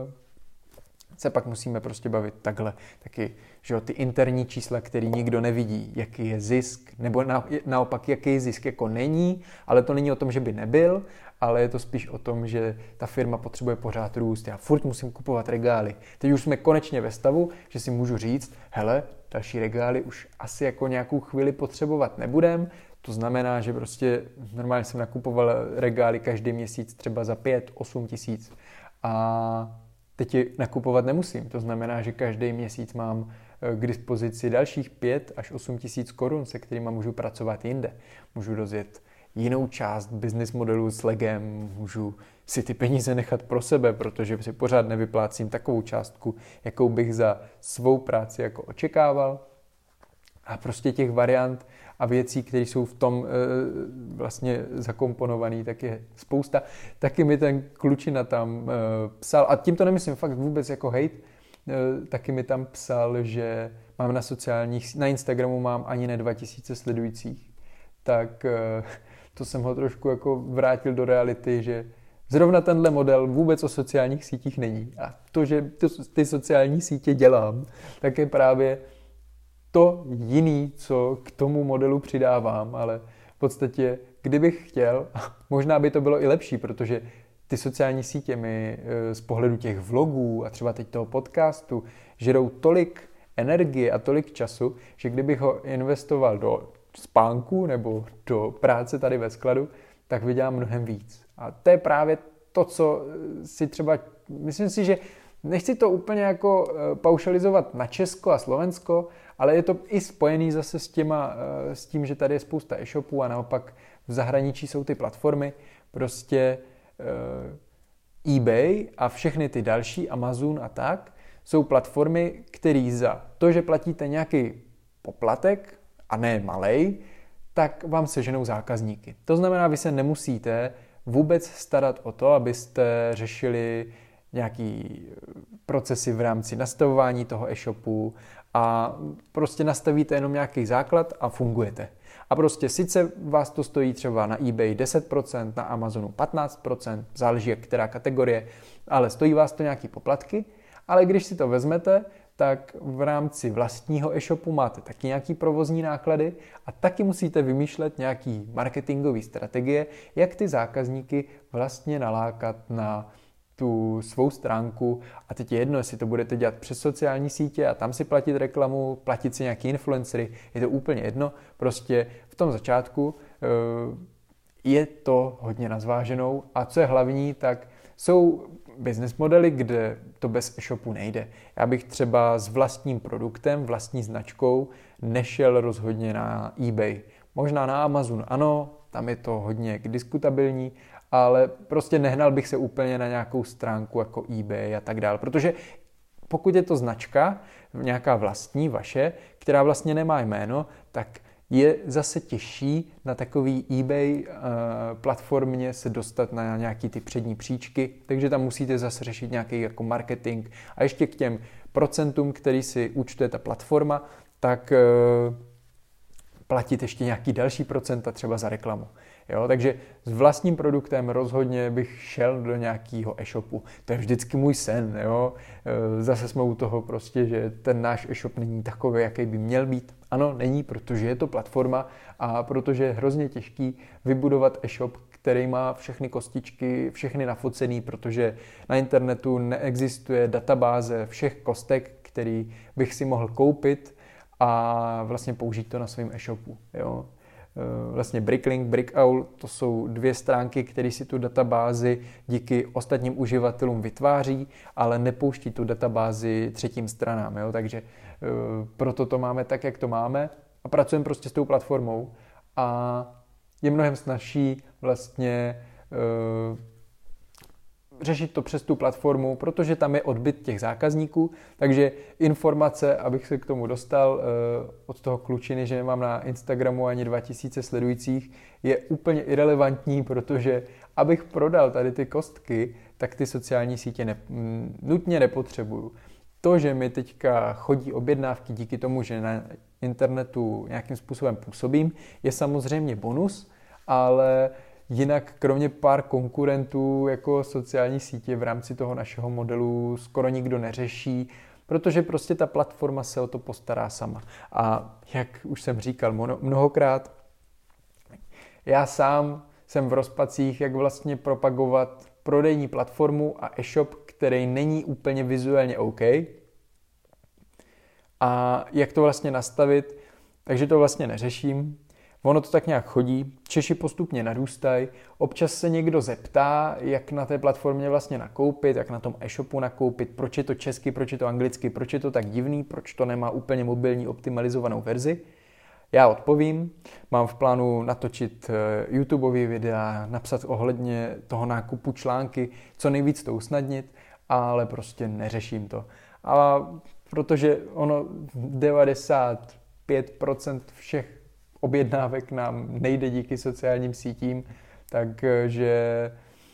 se pak musíme prostě bavit takhle. Taky, že ty interní čísla, který nikdo nevidí, jaký je zisk, nebo naopak, jaký zisk jako není, ale to není o tom, že by nebyl, ale je to spíš o tom, že ta firma potřebuje pořád růst. Já furt musím kupovat regály. Teď už jsme konečně ve stavu, že si můžu říct, hele, další regály už asi jako nějakou chvíli potřebovat nebudem. To znamená, že prostě normálně jsem nakupoval regály každý měsíc třeba za 5-8 tisíc a teď je nakupovat nemusím. To znamená, že každý měsíc mám k dispozici dalších 5 až 8 tisíc korun, se kterými můžu pracovat jinde. Můžu rozjet jinou část business modelu s legem, můžu si ty peníze nechat pro sebe, protože si pořád nevyplácím takovou částku, jakou bych za svou práci jako očekával. A prostě těch variant a věcí, které jsou v tom vlastně zakomponované, tak je spousta. Taky mi ten klučina tam psal, a tím to nemyslím fakt vůbec jako hejt, taky mi tam psal, že mám na Instagramu mám ani ne 2000 sledujících. Tak to jsem ho trošku jako vrátil do reality, že zrovna tenhle model vůbec o sociálních sítích není. A to, že ty sociální sítě dělám, tak je právě to jiný, co k tomu modelu přidávám, ale v podstatě, kdybych chtěl, možná by to bylo i lepší, protože ty sociální sítě mi z pohledu těch vlogů a třeba teď toho podcastu žerou tolik energie a tolik času, že kdybych ho investoval do spánku nebo do práce tady ve skladu, tak vydělám mnohem víc. A to je právě to, co si třeba, myslím si, že nechci to úplně jako paušalizovat na Česko a Slovensko, ale je to i spojený zase s tím, že tady je spousta e-shopů a naopak v zahraničí jsou ty platformy, prostě eBay a všechny ty další, Amazon a tak, jsou platformy, které za to, že platíte nějaký poplatek, a ne malej, tak vám seženou zákazníky. To znamená, vy se nemusíte vůbec starat o to, abyste řešili nějaký procesy v rámci nastavování toho e-shopu a prostě nastavíte jenom nějaký základ a fungujete. A prostě sice vás to stojí třeba na eBay 10%, na Amazonu 15%, záleží která kategorie, ale stojí vás to nějaký poplatky, ale když si to vezmete, tak v rámci vlastního e-shopu máte taky nějaký provozní náklady a taky musíte vymýšlet nějaký marketingové strategie, jak ty zákazníky vlastně nalákat na tu svou stránku. A teď je jedno, jestli to budete dělat přes sociální sítě a tam si platit reklamu, platit si nějaký influencery, je to úplně jedno. Prostě v tom začátku je to hodně na zváženou a co je hlavní, tak jsou business modely, kde to bez e-shopu nejde. Já bych třeba s vlastním produktem, vlastní značkou nešel rozhodně na eBay. Možná na Amazon, ano, tam je to hodně diskutabilní, ale prostě nehnal bych se úplně na nějakou stránku jako eBay a tak dále, protože pokud je to značka, nějaká vlastní vaše, která vlastně nemá jméno, tak je zase těžší na takový eBay platformě se dostat na nějaký ty přední příčky, takže tam musíte zase řešit nějaký jako marketing a ještě k těm procentům, který si účtuje ta platforma, tak platit ještě nějaký další procenta třeba za reklamu. Jo? Takže s vlastním produktem rozhodně bych šel do nějakého e-shopu. To je vždycky můj sen. Jo? Zase jsme u toho prostě, že ten náš e-shop není takový, jaký by měl být. Ano, není, protože je to platforma a protože je hrozně těžký vybudovat e-shop, který má všechny kostičky, všechny nafocený, protože na internetu neexistuje databáze všech kostek, který bych si mohl koupit a vlastně použít to na svém e-shopu. Jo? Vlastně Bricklink, Brickowl, to jsou 2 stránky, které si tu databázi díky ostatním uživatelům vytváří, ale nepouští tu databázi třetím stranám. Jo? Takže proto to máme tak, jak to máme a pracujeme prostě s tou platformou a je mnohem snazší vlastně řešit to přes tu platformu, protože tam je odbyt těch zákazníků, takže informace, abych se k tomu dostal od toho klučiny, že nemám na Instagramu ani 2000 sledujících, je úplně irelevantní, protože abych prodal tady ty kostky, tak ty sociální sítě nutně nepotřebuju. To, že mi teďka chodí objednávky díky tomu, že na internetu nějakým způsobem působím, je samozřejmě bonus, ale jinak kromě pár konkurentů jako sociální sítě v rámci toho našeho modelu skoro nikdo neřeší, protože prostě ta platforma se o to postará sama. A jak už jsem říkal mnohokrát, já sám jsem v rozpacích, jak vlastně propagovat prodejní platformu a e-shop, který není úplně vizuálně OK. A jak to vlastně nastavit, takže to vlastně neřeším. Ono to tak nějak chodí, Češi postupně narůstají, občas se někdo zeptá, jak na té platformě vlastně nakoupit, jak na tom e-shopu nakoupit, proč je to česky, proč je to anglicky, proč je to tak divný, proč to nemá úplně mobilní optimalizovanou verzi. Já odpovím, mám v plánu natočit YouTubeové videa, napsat ohledně toho nákupu články, co nejvíc to usnadnit, ale prostě neřeším to. A protože ono 95% všech objednávek nám nejde díky sociálním sítím, takže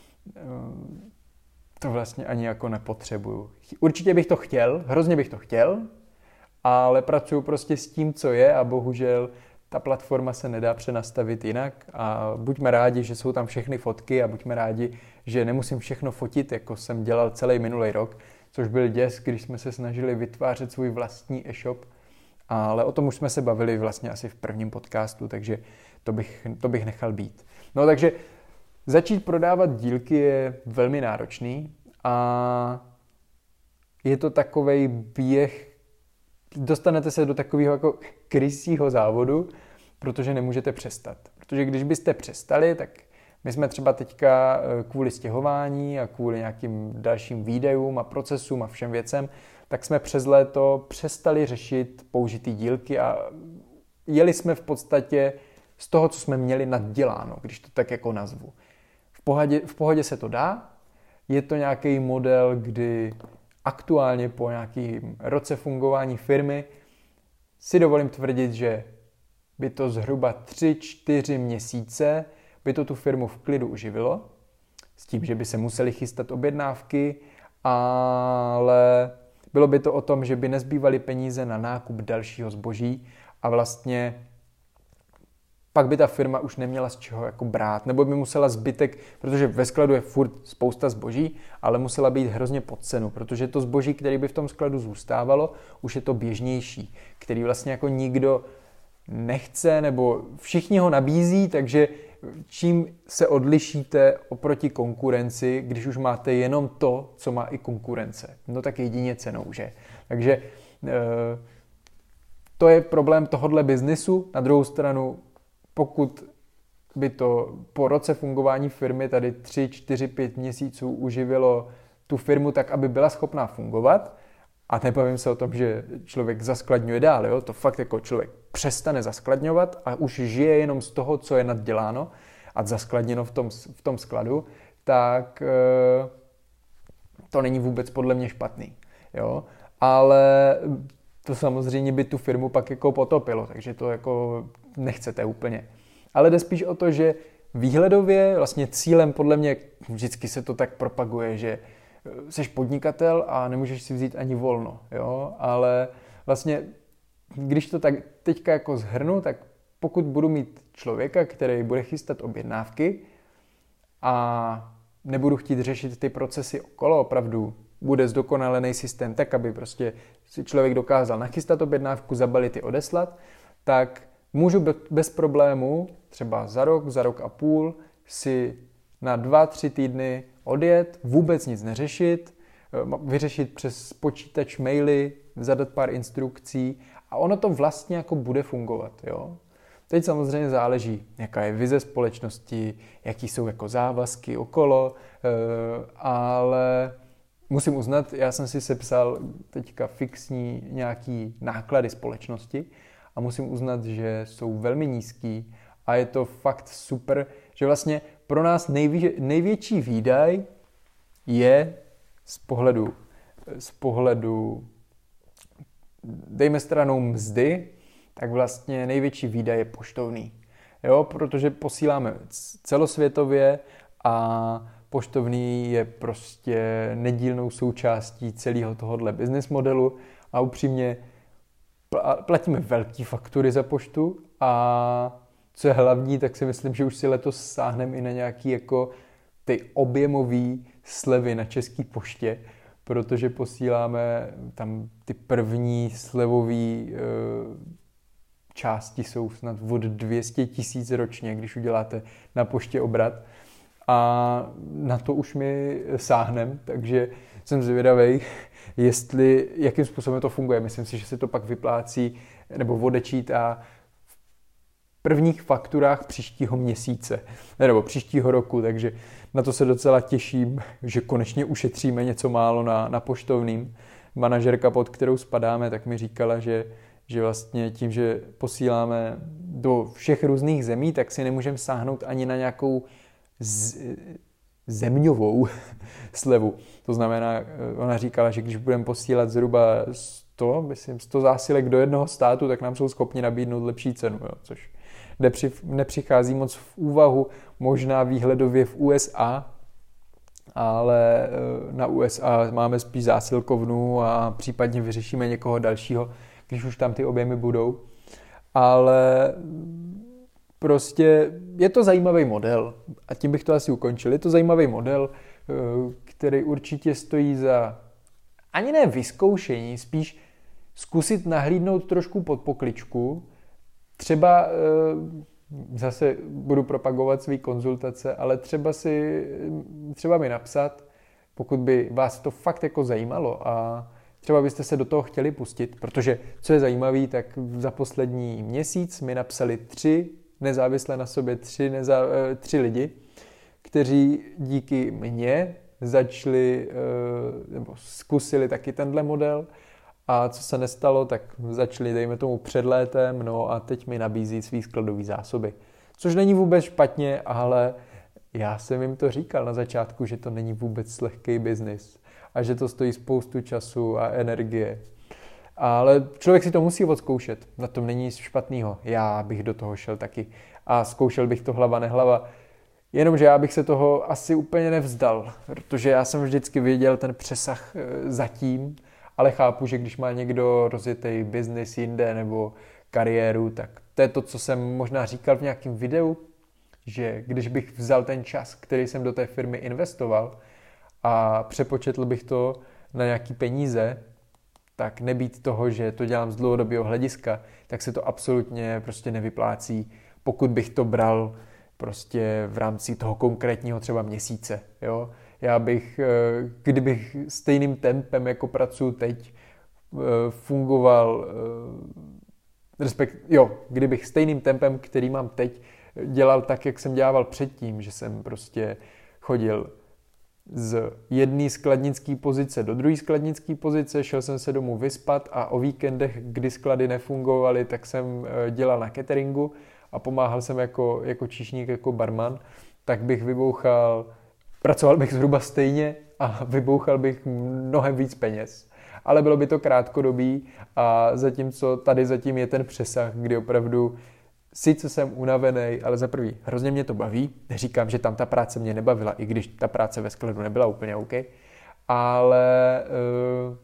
to vlastně ani jako nepotřebuju. Určitě bych to chtěl, hrozně bych to chtěl, ale pracuji prostě s tím, co je a bohužel ta platforma se nedá přenastavit jinak a buďme rádi, že jsou tam všechny fotky a buďme rádi, že nemusím všechno fotit, jako jsem dělal celý minulý rok, což byl děs, když jsme se snažili vytvářet svůj vlastní e-shop, ale o tom už jsme se bavili vlastně asi v prvním podcastu, takže to bych nechal být. No takže začít prodávat dílky je velmi náročný a je to takovej běh, dostanete se do takového jako krysího závodu, protože nemůžete přestat. Protože když byste přestali, tak my jsme třeba teďka kvůli stěhování a kvůli nějakým dalším výdajům a procesům a všem věcem, tak jsme přes léto přestali řešit použitý dílky a jeli jsme v podstatě z toho, co jsme měli nadděláno, když to tak jako nazvu. V pohodě se to dá, je to nějaký model, kdy aktuálně po nějakým roce fungování firmy si dovolím tvrdit, že by to zhruba 3-4 měsíce by to tu firmu v klidu uživilo, s tím, že by se museli chystat objednávky, ale bylo by to o tom, že by nezbývaly peníze na nákup dalšího zboží a vlastně pak by ta firma už neměla z čeho jako brát, nebo by musela zbytek, protože ve skladu je furt spousta zboží, ale musela být hrozně pod cenu, protože to zboží, který by v tom skladu zůstávalo, už je to běžnější, který vlastně jako nikdo nechce, nebo všichni ho nabízí, takže čím se odlišíte oproti konkurenci, když už máte jenom to, co má i konkurence? No tak jedině cenou, že? Takže to je problém tohohle biznisu. Na druhou stranu, pokud by to po roce fungování firmy tady 3, 4, 5 měsíců uživilo tu firmu tak, aby byla schopná fungovat, a nebavím se o tom, že člověk zaskladňuje dál, jo? To fakt jako člověk přestane zaskladňovat a už žije jenom z toho, co je nadděláno a zaskladněno v tom skladu, tak to není vůbec podle mě špatný. Jo? Ale to samozřejmě by tu firmu pak jako potopilo, takže to jako nechcete úplně. Ale jde spíš o to, že výhledově vlastně cílem podle mě, vždycky se to tak propaguje, že seš podnikatel a nemůžeš si vzít ani volno, jo? Ale vlastně, když to tak teďka jako shrnu, tak pokud budu mít člověka, který bude chystat objednávky a nebudu chtít řešit ty procesy okolo, opravdu bude zdokonalený systém tak, aby prostě si člověk dokázal nachystat objednávku, zabalit i odeslat, tak můžu bez problému třeba za rok a půl si na 2-3 týdny odjet, vůbec nic neřešit, vyřešit přes počítač maily, zadat pár instrukcí a ono to vlastně jako bude fungovat. Jo? Teď samozřejmě záleží, jaká je vize společnosti, jaký jsou jako závazky okolo, ale musím uznat, já jsem si sepsal teďka fixní nějaký náklady společnosti a musím uznat, že jsou velmi nízký a je to fakt super, že vlastně pro nás největší výdaj je z pohledu dejme stranou mzdy, tak vlastně největší výdaj je poštovný. Jo, protože posíláme celosvětově a poštovný je prostě nedílnou součástí celého tohohle business modelu a upřímně platíme velký faktury za poštu a co je hlavní, tak si myslím, že už si letos sáhneme i na nějaký jako ty objemové slevy na České poště, protože posíláme tam ty první slevové části jsou snad od 200 000 ročně, když uděláte na poště obrat. A na to už mi sáhnem, takže jsem zvědavej, jakým způsobem to funguje. Myslím si, že se to pak vyplácí nebo odečítá v prvních fakturách příštího měsíce nebo příštího roku, takže na to se docela těším, že konečně ušetříme něco málo na poštovným. Manažerka, pod kterou spadáme, tak mi říkala, že vlastně tím, že posíláme do všech různých zemí, tak si nemůžeme sáhnout ani na nějakou zeměňovou slevu. To znamená, ona říkala, že když budeme posílat zhruba 100 zásilek do jednoho státu, tak nám jsou schopni nabídnout lepší cenu, jo, což nepřichází moc v úvahu, možná výhledově v USA, ale na USA máme spíš zásilkovnu a případně vyřešíme někoho dalšího, když už tam ty objemy budou. Ale prostě je to zajímavý model a tím bych to asi ukončil. Je to zajímavý model, který určitě stojí za ani ne vyzkoušení, spíš zkusit nahlídnout trošku pod pokličku. Třeba zase budu propagovat svý konzultace, ale třeba mi napsat, pokud by vás to fakt jako zajímalo a třeba byste se do toho chtěli pustit, protože co je zajímavé, tak za poslední měsíc mi napsali 3 nezávisle na sobě 3 lidi, kteří díky mně začali nebo zkusili taky tenhle model a co se nestalo, tak začali, dejme tomu, před létem, no a teď mi nabízí svý skladový zásoby. Což není vůbec špatně, ale já jsem jim to říkal na začátku, že to není vůbec lehký biznis a že to stojí spoustu času a energie. Ale člověk si to musí odzkoušet, na tom není nic špatného. Já bych do toho šel taky a zkoušel bych to hlava nehlava. Jenomže já bych se toho asi úplně nevzdal, protože já jsem vždycky viděl ten přesah zatím, ale chápu, že když má někdo rozjetý biznis jinde nebo kariéru, tak to je to, co jsem možná říkal v nějakém videu, že když bych vzal ten čas, který jsem do té firmy investoval a přepočetl bych to na nějaký peníze, tak nebýt toho, že to dělám z dlouhodobého hlediska, tak se to absolutně prostě nevyplácí, pokud bych to bral prostě v rámci toho konkrétního třeba měsíce. Jo? Já bych, kdybych stejným tempem, jako pracuji teď, fungoval, kdybych stejným tempem, který mám teď, dělal tak, jak jsem dělal předtím, že jsem prostě chodil z jedné skladnické pozice do druhé skladnické pozice, šel jsem se domů vyspat a o víkendech, kdy sklady nefungovaly, tak jsem dělal na cateringu a pomáhal jsem jako číšník, jako barman, tak bych pracoval bych zhruba stejně a vybouchal bych mnohem víc peněz. Ale bylo by to krátkodobý a zatímco tady zatím je ten přesah, kdy opravdu sice jsem unavený, ale za prvý hrozně mě to baví. Neříkám, že tam ta práce mě nebavila, i když ta práce ve skladu nebyla úplně OK. Ale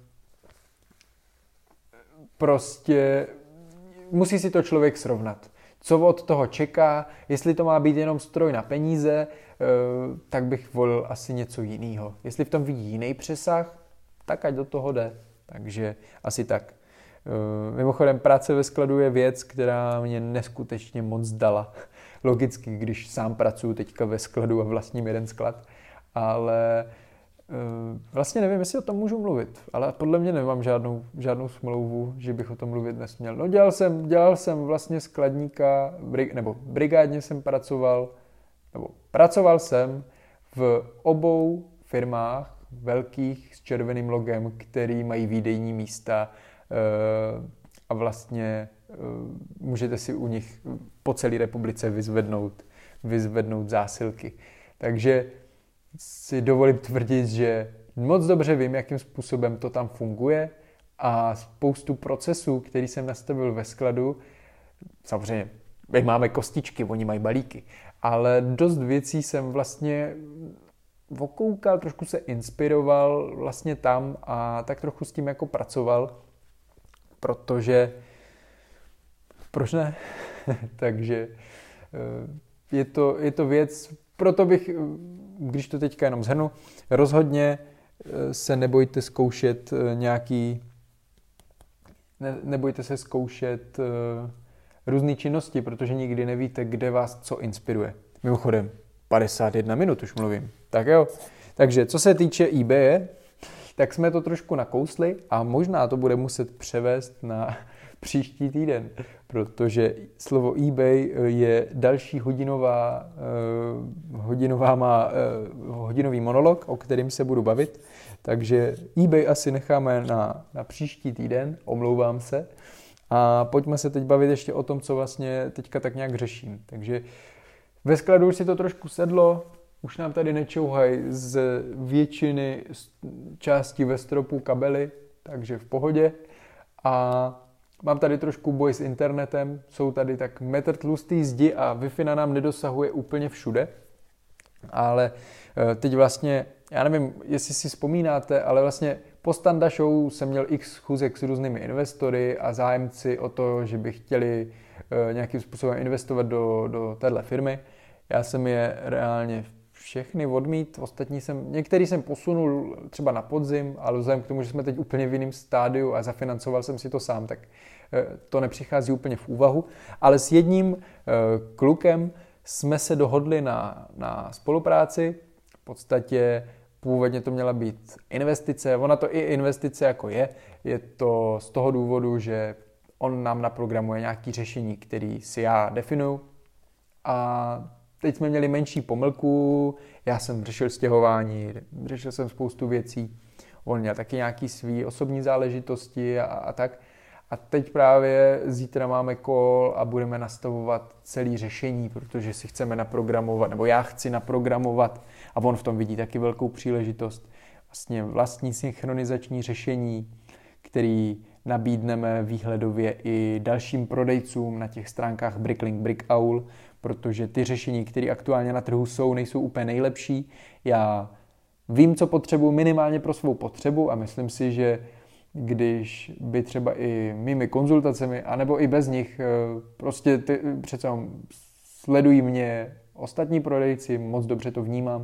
prostě musí si to člověk srovnat. co od toho čeká, jestli to má být jenom stroj na peníze, tak bych volil asi něco jiného. Jestli v tom vidí jiný přesah, tak ať do toho jde. Takže asi tak. Mimochodem práce ve skladu je věc, která mě neskutečně moc dala. Logicky, když sám pracuji teďka ve skladu a vlastním jeden sklad, ale vlastně nevím, jestli o tom můžu mluvit, ale podle mě nemám žádnou smlouvu, že bych o tom mluvit nesměl. No dělal jsem vlastně skladníka, nebo brigádně jsem pracoval jsem v obou firmách velkých s červeným logem, který mají výdejní místa a vlastně můžete si u nich po celé republice vyzvednout zásilky. Takže si dovolím tvrdit, že moc dobře vím, jakým způsobem to tam funguje a spoustu procesů, který jsem nastavil ve skladu, samozřejmě my máme kostičky, oni mají balíky, ale dost věcí jsem vlastně okoukal, trošku se inspiroval vlastně tam a tak trochu s tím jako pracoval, protože proč ne? Takže je to věc, proto bych, když to teďka jenom shrnu, rozhodně se nebojte zkoušet nebojte se zkoušet různé činnosti, protože nikdy nevíte, kde vás co inspiruje. Mimochodem, 51 minut už mluvím. Tak jo. Takže co se týče eBaye, tak jsme to trošku nakousli a možná to bude muset převést na příští týden, protože slovo eBay je další hodinový monolog, o kterým se budu bavit, takže eBay asi necháme na příští týden, omlouvám se, a pojďme se teď bavit ještě o tom, co vlastně teďka tak nějak řeším. Takže ve skladu už si to trošku sedlo, už nám tady nečouhají z většiny částí ve stropu kabely, takže v pohodě. A mám tady trošku boj s internetem, jsou tady tak metr tlustý zdi a Wi-Fi nám nedosahuje úplně všude. Ale teď vlastně, já nevím, jestli si vzpomínáte, ale vlastně po Standa Show jsem měl x schůzek s různými investory a zájemci o to, že by chtěli nějakým způsobem investovat do téhle firmy. Já jsem je reálně všechny odmít, některý jsem posunul třeba na podzim, ale vzhledem k tomu, že jsme teď úplně v jiném stádiu a zafinancoval jsem si to sám, tak to nepřichází úplně v úvahu. Ale s jedním klukem jsme se dohodli na spolupráci. V podstatě původně to měla být investice, ona to i investice jako je. Je to z toho důvodu, že on nám naprogramuje nějaké řešení, které si já definuju. A teď jsme měli menší pomlku, já jsem řešil stěhování, řešil jsem spoustu věcí, on měl taky nějaký svý osobní záležitosti a tak. A teď právě zítra máme call a budeme nastavovat celé řešení, protože si chceme naprogramovat, nebo já chci naprogramovat, a on v tom vidí taky velkou příležitost, vlastně vlastní synchronizační řešení, který nabídneme výhledově i dalším prodejcům na těch stránkách Bricklink, Brickowl, protože ty řešení, které aktuálně na trhu jsou, nejsou úplně nejlepší. Já vím, co potřebuji minimálně pro svou potřebu a myslím si, že když by třeba i mými konzultacemi, anebo i bez nich, prostě přece sledují mě ostatní prodejci, moc dobře to vnímám,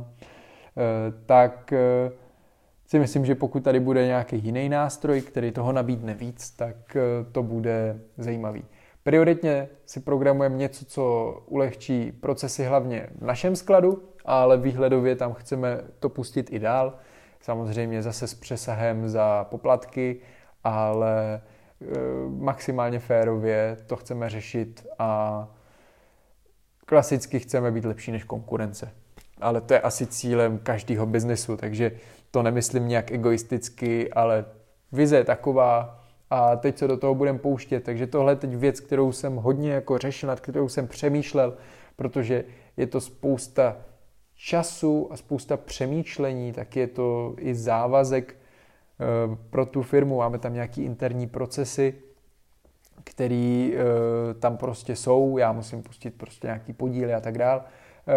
tak si myslím, že pokud tady bude nějaký jiný nástroj, který toho nabídne víc, tak to bude zajímavý. Prioritně si programujeme něco, co ulehčí procesy hlavně v našem skladu, ale výhledově tam chceme to pustit i dál. Samozřejmě zase s přesahem za poplatky, ale maximálně férově to chceme řešit a klasicky chceme být lepší než konkurence. Ale to je asi cílem každého biznesu, takže to nemyslím nějak egoisticky, ale vize je taková a teď se do toho budeme pouštět. Takže tohle je teď věc, kterou jsem hodně jako řešil, nad kterou jsem přemýšlel, protože je to spousta času a spousta přemýšlení, tak je to i závazek pro tu firmu. Máme tam nějaký interní procesy, který tam prostě jsou, já musím pustit prostě nějaký podíly a tak dál,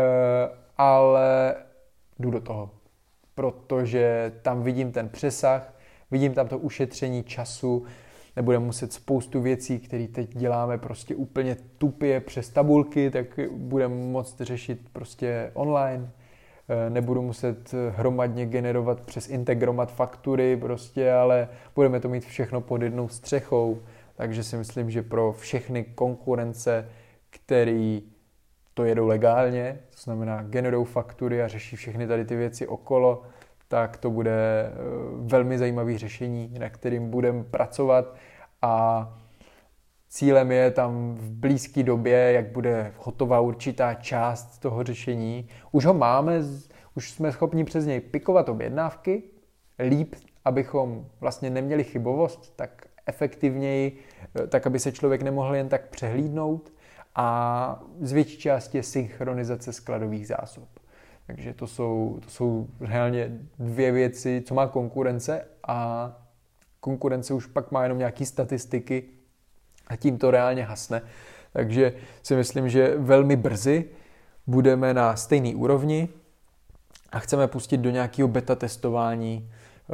ale jdu do toho, protože tam vidím ten přesah, vidím tam to ušetření času, nebudeme muset spoustu věcí, které teď děláme prostě úplně tupě přes tabulky, tak budeme moct řešit prostě online. Nebudu muset hromadně generovat přes Integromat faktury prostě, ale budeme to mít všechno pod jednou střechou. Takže si myslím, že pro všechny konkurence, který to jedou legálně, to znamená generují faktury a řeší všechny tady ty věci okolo, tak to bude velmi zajímavé řešení, na kterým budeme pracovat a cílem je tam v blízké době, jak bude hotová určitá část toho řešení. Už ho máme, už jsme schopni přes něj pikovat objednávky, líp, abychom vlastně neměli chybovost, tak efektivněji, tak aby se člověk nemohl jen tak přehlídnout a z větší části je synchronizace skladových zásob. Takže to jsou reálně dvě věci, co má konkurence a konkurence už pak má jenom nějaké statistiky a tím to reálně hasne. Takže si myslím, že velmi brzy budeme na stejné úrovni a chceme pustit do nějakého beta testování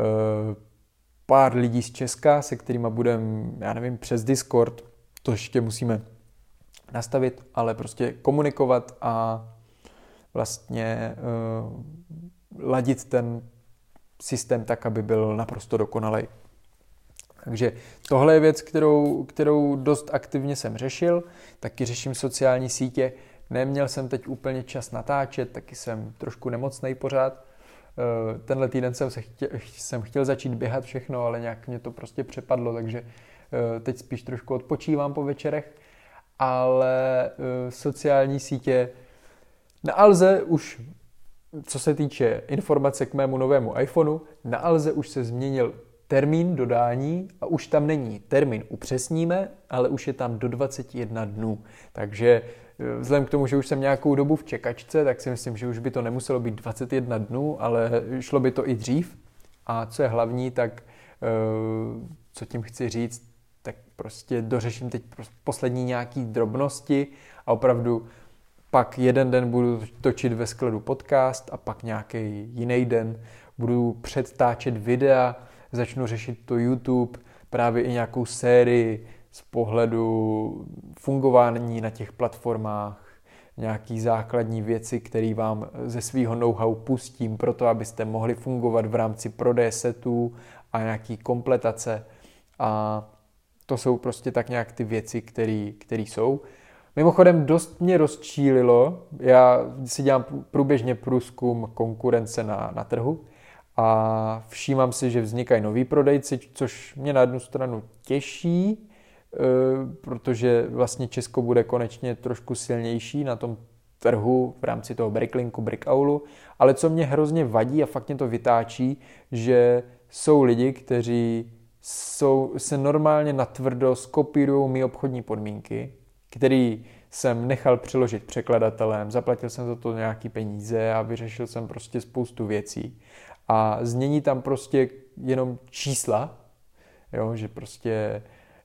pár lidí z Česka, se kterými budeme, já nevím, přes Discord, to ještě musíme nastavit, ale prostě komunikovat a vlastně ladit ten systém tak, aby byl naprosto dokonalej. Takže tohle je věc, kterou dost aktivně jsem řešil, taky řeším sociální sítě. Neměl jsem teď úplně čas natáčet, taky jsem trošku nemocnej pořád. Tenhle týden jsem chtěl začít běhat všechno, ale nějak mě to prostě přepadlo, takže teď spíš trošku odpočívám po večerech. Ale sociální sítě na Alze už, co se týče informace k mému novému iPhoneu, na Alze už se změnil termín dodání a už tam není termín upřesníme, ale už je tam do 21 dnů. Takže vzhledem k tomu, že už jsem nějakou dobu v čekačce, tak si myslím, že už by to nemuselo být 21 dnů, ale šlo by to i dřív. A co je hlavní, tak co tím chci říct, tak prostě dořeším teď poslední nějaký drobnosti a opravdu pak jeden den budu točit ve skladu podcast a pak nějaký jiný den budu předtáčet videa, začnu řešit to YouTube, právě i nějakou sérii z pohledu fungování na těch platformách, nějaký základní věci, které vám ze svého know-how pustím, proto abyste mohli fungovat v rámci prodeje setů a nějaký kompletace. A to jsou prostě tak nějak ty věci, které jsou. Mimochodem dost mě rozčílilo, já si dělám průběžně průzkum konkurence na trhu a všímám si, že vznikají noví prodejci, což mě na jednu stranu těší, protože vlastně Česko bude konečně trošku silnější na tom trhu v rámci toho Bricklinku, Brickaulu, ale co mě hrozně vadí a fakt mě to vytáčí, že jsou lidi, kteří se normálně natvrdo skopírují mý obchodní podmínky, který jsem nechal přeložit překladatelem, zaplatil jsem za to nějaký peníze a vyřešil jsem prostě spoustu věcí. A změní tam prostě jenom čísla, jo, že prostě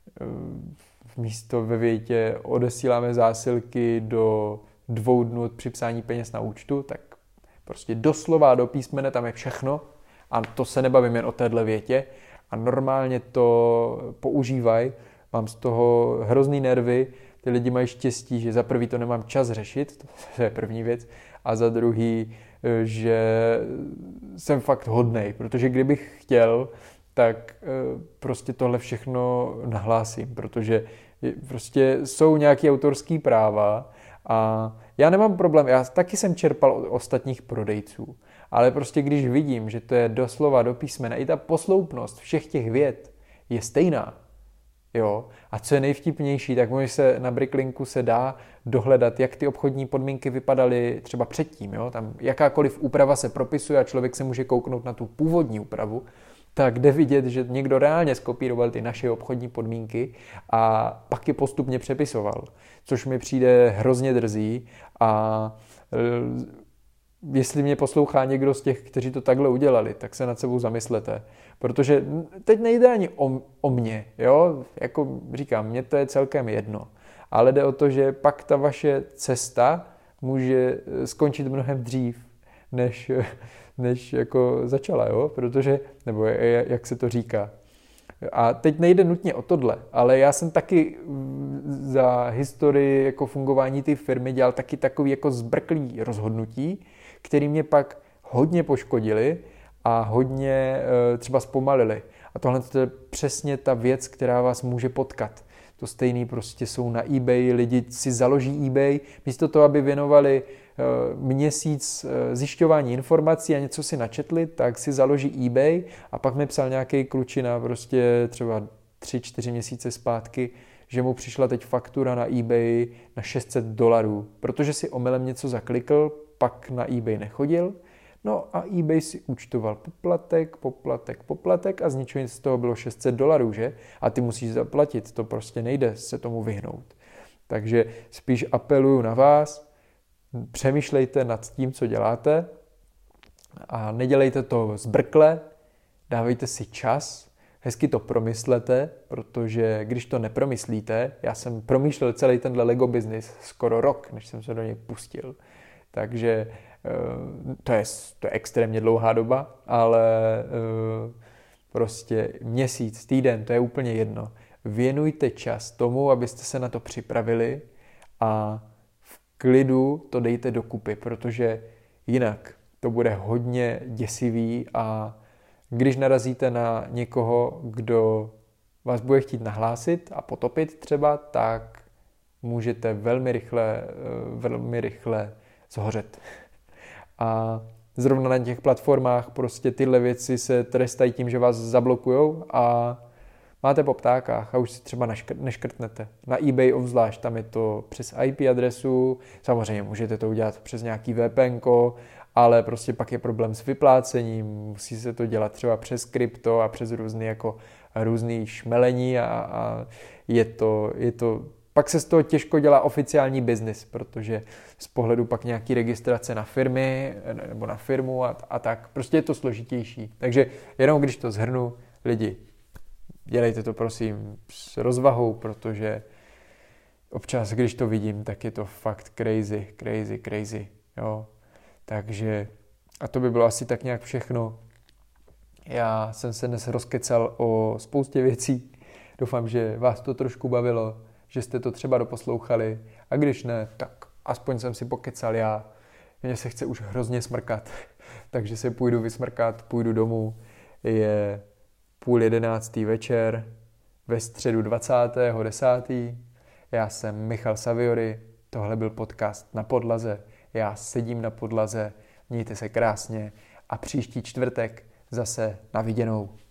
místo ve větě odesíláme zásilky do 2 dnů od připsání peněz na účtu, tak prostě doslova do písmene tam je všechno a to se nebavím jen o téhle větě a normálně to používají, mám z toho hrozný nervy, ty lidi mají štěstí, že za prvý to nemám čas řešit, to je první věc, a za druhý, že jsem fakt hodnej, protože kdybych chtěl, tak prostě tohle všechno nahlásím, protože prostě jsou nějaké autorské práva a já nemám problém, já taky jsem čerpal od ostatních prodejců, ale prostě když vidím, že to je doslova do písmene, i ta posloupnost všech těch vět je stejná, jo, a co je nejvtipnější, tak se na Bricklinku se dá dohledat, jak ty obchodní podmínky vypadaly třeba předtím, jo, tam jakákoliv úprava se propisuje a člověk se může kouknout na tu původní úpravu, tak jde vidět, že někdo reálně skopíroval ty naše obchodní podmínky a pak je postupně přepisoval, což mi přijde hrozně drzí a jestli mě poslouchá někdo z těch, kteří to takhle udělali, tak se nad sebou zamyslete. Protože teď nejde ani o mě, jo? Jako říkám, mně to je celkem jedno. Ale jde o to, že pak ta vaše cesta může skončit mnohem dřív, než jako začala, jo? Protože, nebo jak se to říká, A teď nejde nutně o tohle, ale já jsem taky za historii jako fungování té firmy dělal taky takový jako zbrklý rozhodnutí, který mě pak hodně poškodili a hodně třeba zpomalili. A tohle je přesně ta věc, která vás může potkat. To stejný prostě jsou na eBay, lidi si založí eBay, místo toho, aby věnovali měsíc zjišťování informací a něco si načetli, tak si založí eBay a pak mi psal nějaký klučina prostě třeba 3-4 měsíce zpátky, že mu přišla teď faktura na eBay na $600, protože si omylem něco zaklikl, pak na eBay nechodil. No a eBay si účtoval poplatek a z ničeho z toho bylo $600, že? A ty musíš zaplatit, to prostě nejde se tomu vyhnout. Takže spíš apeluju na vás, přemýšlejte nad tím, co děláte a nedělejte to zbrkle, dávejte si čas, hezky to promyslete, protože když to nepromyslíte, já jsem promýšlel celý tenhle Lego business skoro rok, než jsem se do něj pustil, takže to je extrémně dlouhá doba, ale prostě měsíc, týden, to je úplně jedno. Věnujte čas tomu, abyste se na to připravili a v klidu to dejte dokupy, protože jinak to bude hodně děsivý a když narazíte na někoho, kdo vás bude chtít nahlásit a potopit třeba, tak můžete velmi rychle zhořet. A zrovna na těch platformách prostě tyhle věci se trestají tím, že vás zablokujou a máte po ptákách a už si třeba neškrtnete. Na eBay obzvlášť, tam je to přes IP adresu, samozřejmě můžete to udělat přes nějaký VPNko, ale prostě pak je problém s vyplácením, musí se to dělat třeba přes krypto a přes různý šmelení a je to pak se z toho těžko dělá oficiální biznis, protože z pohledu pak nějaký registrace na firmy nebo na firmu a tak, prostě je to složitější. Takže jenom když to shrnu, lidi, dělejte to prosím s rozvahou, protože občas, když to vidím, tak je to fakt crazy, jo. Takže a to by bylo asi tak nějak všechno. Já jsem se dnes rozkecal o spoustě věcí, doufám, že vás to trošku bavilo, že jste to třeba doposlouchali a když ne, tak aspoň jsem si pokecal já. Mně se chce už hrozně smrkat, takže se půjdu vysmrkat, půjdu domů. Je 10:30 večer, ve středu 20.10. Já jsem Michal Saviori, tohle byl podcast Na podlaze. Já sedím na podlaze, mějte se krásně a příští čtvrtek zase na viděnou.